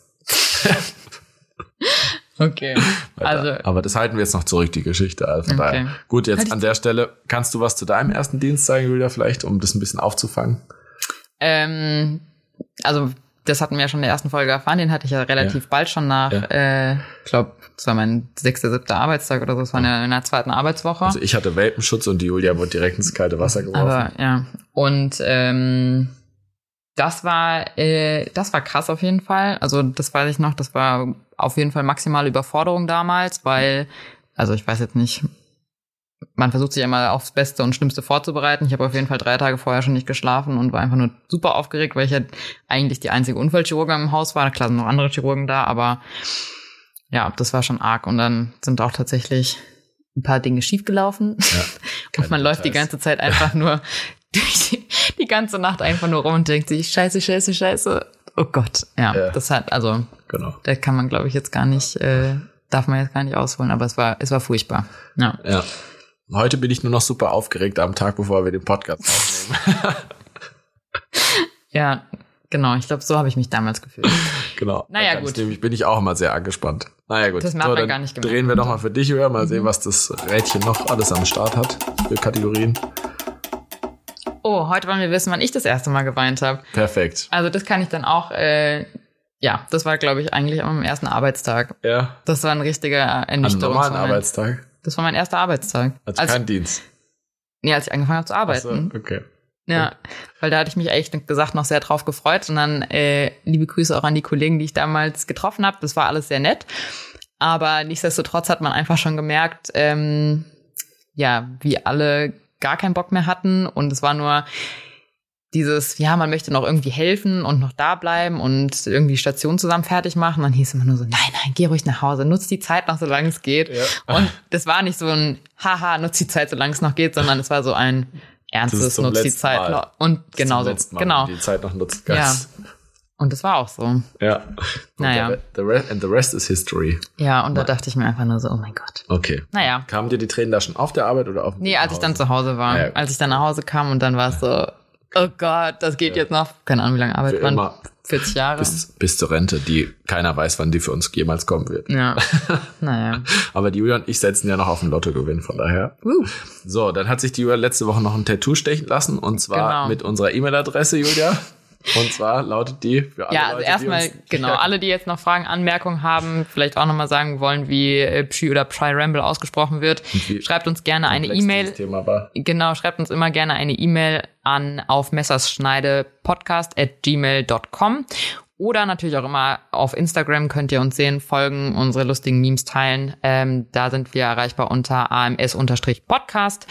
Speaker 1: Okay. Also,
Speaker 2: aber das halten wir jetzt noch zurück, die Geschichte. Also von okay. daher. Gut, jetzt halt an der Stelle, kannst du was zu deinem ersten Dienst sagen, Julia, vielleicht, um das ein bisschen aufzufangen?
Speaker 1: Ähm, also, das hatten wir ja schon in der ersten Folge erfahren, den hatte ich ja relativ ja. bald schon nach, ja. äh, ich glaube, das war mein sechster, siebter Arbeitstag oder so, das war ja. in der zweiten Arbeitswoche.
Speaker 2: Also ich hatte Welpenschutz und die Julia wurde direkt ins kalte Wasser geworfen.
Speaker 1: Aber, ja, und ähm, das war, äh, das war krass auf jeden Fall. Also das weiß ich noch, das war auf jeden Fall maximale Überforderung damals, weil, also ich weiß jetzt nicht, man versucht sich immer aufs Beste und Schlimmste vorzubereiten. Ich habe auf jeden Fall drei Tage vorher schon nicht geschlafen und war einfach nur super aufgeregt, weil ich halt eigentlich die einzige Unfallchirurgin im Haus war. Klar sind noch andere Chirurgen da, aber ja, das war schon arg. Und dann sind auch tatsächlich ein paar Dinge schiefgelaufen. Ja, und man läuft die ganze Zeit einfach nur durch die, die ganze Nacht einfach nur rum und denkt sich, scheiße, scheiße, scheiße. Oh Gott. Ja, ja. das hat, also, genau. Da kann man, glaube ich, jetzt gar nicht, äh, darf man jetzt gar nicht ausholen, aber es war, es war furchtbar. Ja.
Speaker 2: Ja. Heute bin ich nur noch super aufgeregt am Tag, bevor wir den Podcast aufnehmen.
Speaker 1: Ja, genau. Ich glaube, so habe ich mich damals gefühlt.
Speaker 2: Genau.
Speaker 1: Naja, gut.
Speaker 2: Ich, bin ich auch immer sehr angespannt. Naja, gut.
Speaker 1: Das haben so, wir gar nicht gemacht.
Speaker 2: Drehen wir doch mal für dich über. Mal mhm. sehen, was das Rädchen noch alles am Start hat für Kategorien.
Speaker 1: Oh, heute wollen wir wissen, wann ich das erste Mal geweint habe.
Speaker 2: Perfekt.
Speaker 1: Also das kann ich dann auch, äh, ja, das war, glaube ich, eigentlich am ersten Arbeitstag.
Speaker 2: Ja.
Speaker 1: Das war ein richtiger Ernüchterungsmoment.
Speaker 2: Am normalen Arbeitstag?
Speaker 1: Das war mein erster Arbeitstag.
Speaker 2: Also als kein Dienst?
Speaker 1: Nee, als ich angefangen habe zu arbeiten.
Speaker 2: Ach so, okay.
Speaker 1: Ja, weil da hatte ich mich ehrlich gesagt noch sehr drauf gefreut. Und dann äh, liebe Grüße auch an die Kollegen, die ich damals getroffen habe. Das war alles sehr nett. Aber nichtsdestotrotz hat man einfach schon gemerkt, ähm, ja, wie alle gar keinen Bock mehr hatten. Und es war nur dieses, ja, man möchte noch irgendwie helfen und noch da bleiben und irgendwie Station zusammen fertig machen. Dann hieß immer nur so, nein, nein, geh ruhig nach Hause, nutz die Zeit noch, solange es geht. Ja. Und das war nicht so ein, haha, nutz die Zeit, solange es noch geht, sondern es war so ein ernstes, nutz die Zeit
Speaker 2: Mal.
Speaker 1: noch. Und genau so, genau.
Speaker 2: Die Zeit noch nutzt.
Speaker 1: Ja. Und das war auch so.
Speaker 2: Ja. Und
Speaker 1: naja.
Speaker 2: The rest, and the rest is history.
Speaker 1: Ja, und da dachte ich mir einfach nur so, oh mein Gott.
Speaker 2: Okay.
Speaker 1: Naja.
Speaker 2: Kamen dir die Tränen da schon auf der Arbeit oder auf dem
Speaker 1: Nee, als ich dann zu Hause war. Ja. Als ich dann nach Hause kam und dann war es so, oh Gott, das geht ja. jetzt noch, keine Ahnung, wie lange Arbeit waren, vierzig Jahre.
Speaker 2: Bis, bis zur Rente, die keiner weiß, wann die für uns jemals kommen wird.
Speaker 1: Ja, naja.
Speaker 2: Aber die Julia und ich setzen ja noch auf den Lottogewinn, von daher. Uh. So, dann hat sich die Julia letzte Woche noch ein Tattoo stechen lassen und zwar genau. mit unserer E-Mail-Adresse, Julia. Und zwar lautet die für alle
Speaker 1: Ja, also
Speaker 2: Leute,
Speaker 1: erstmal, genau, alle, die jetzt noch Fragen, Anmerkungen haben, vielleicht auch nochmal sagen wollen, wie äh, Pshi oder Pshi-Ramble ausgesprochen wird, schreibt uns gerne eine E-Mail. Genau, schreibt uns immer gerne eine E-Mail an auf messerschneidepodcast at gmail dot com oder natürlich auch immer auf Instagram könnt ihr uns sehen, folgen, unsere lustigen Memes teilen. Ähm, da sind wir erreichbar unter A M S-Podcast.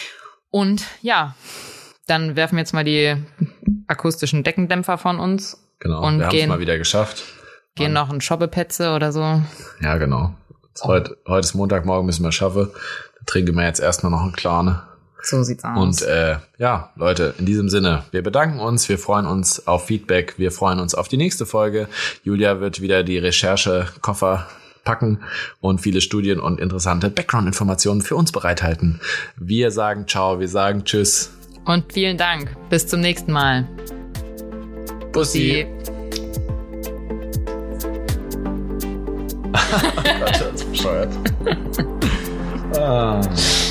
Speaker 1: Und ja, dann werfen wir jetzt mal die akustischen Deckendämpfer von uns.
Speaker 2: Genau,
Speaker 1: und
Speaker 2: wir haben es
Speaker 1: gehen,
Speaker 2: mal wieder geschafft.
Speaker 1: Gehen Mann. noch ein Shoppepetze oder so.
Speaker 2: Ja, genau. Oh. Heute, heute ist Montagmorgen, müssen wir schaffen. Da trinken wir jetzt erstmal noch einen Kleine.
Speaker 1: So sieht's aus.
Speaker 2: Und äh, ja, Leute, in diesem Sinne, wir bedanken uns, wir freuen uns auf Feedback, wir freuen uns auf die nächste Folge. Julia wird wieder die Recherchekoffer packen und viele Studien und interessante Background-Informationen für uns bereithalten. Wir sagen ciao, wir sagen tschüss.
Speaker 1: Und vielen Dank. Bis zum nächsten Mal.
Speaker 2: Bussi. Das ist bescheuert. Ah.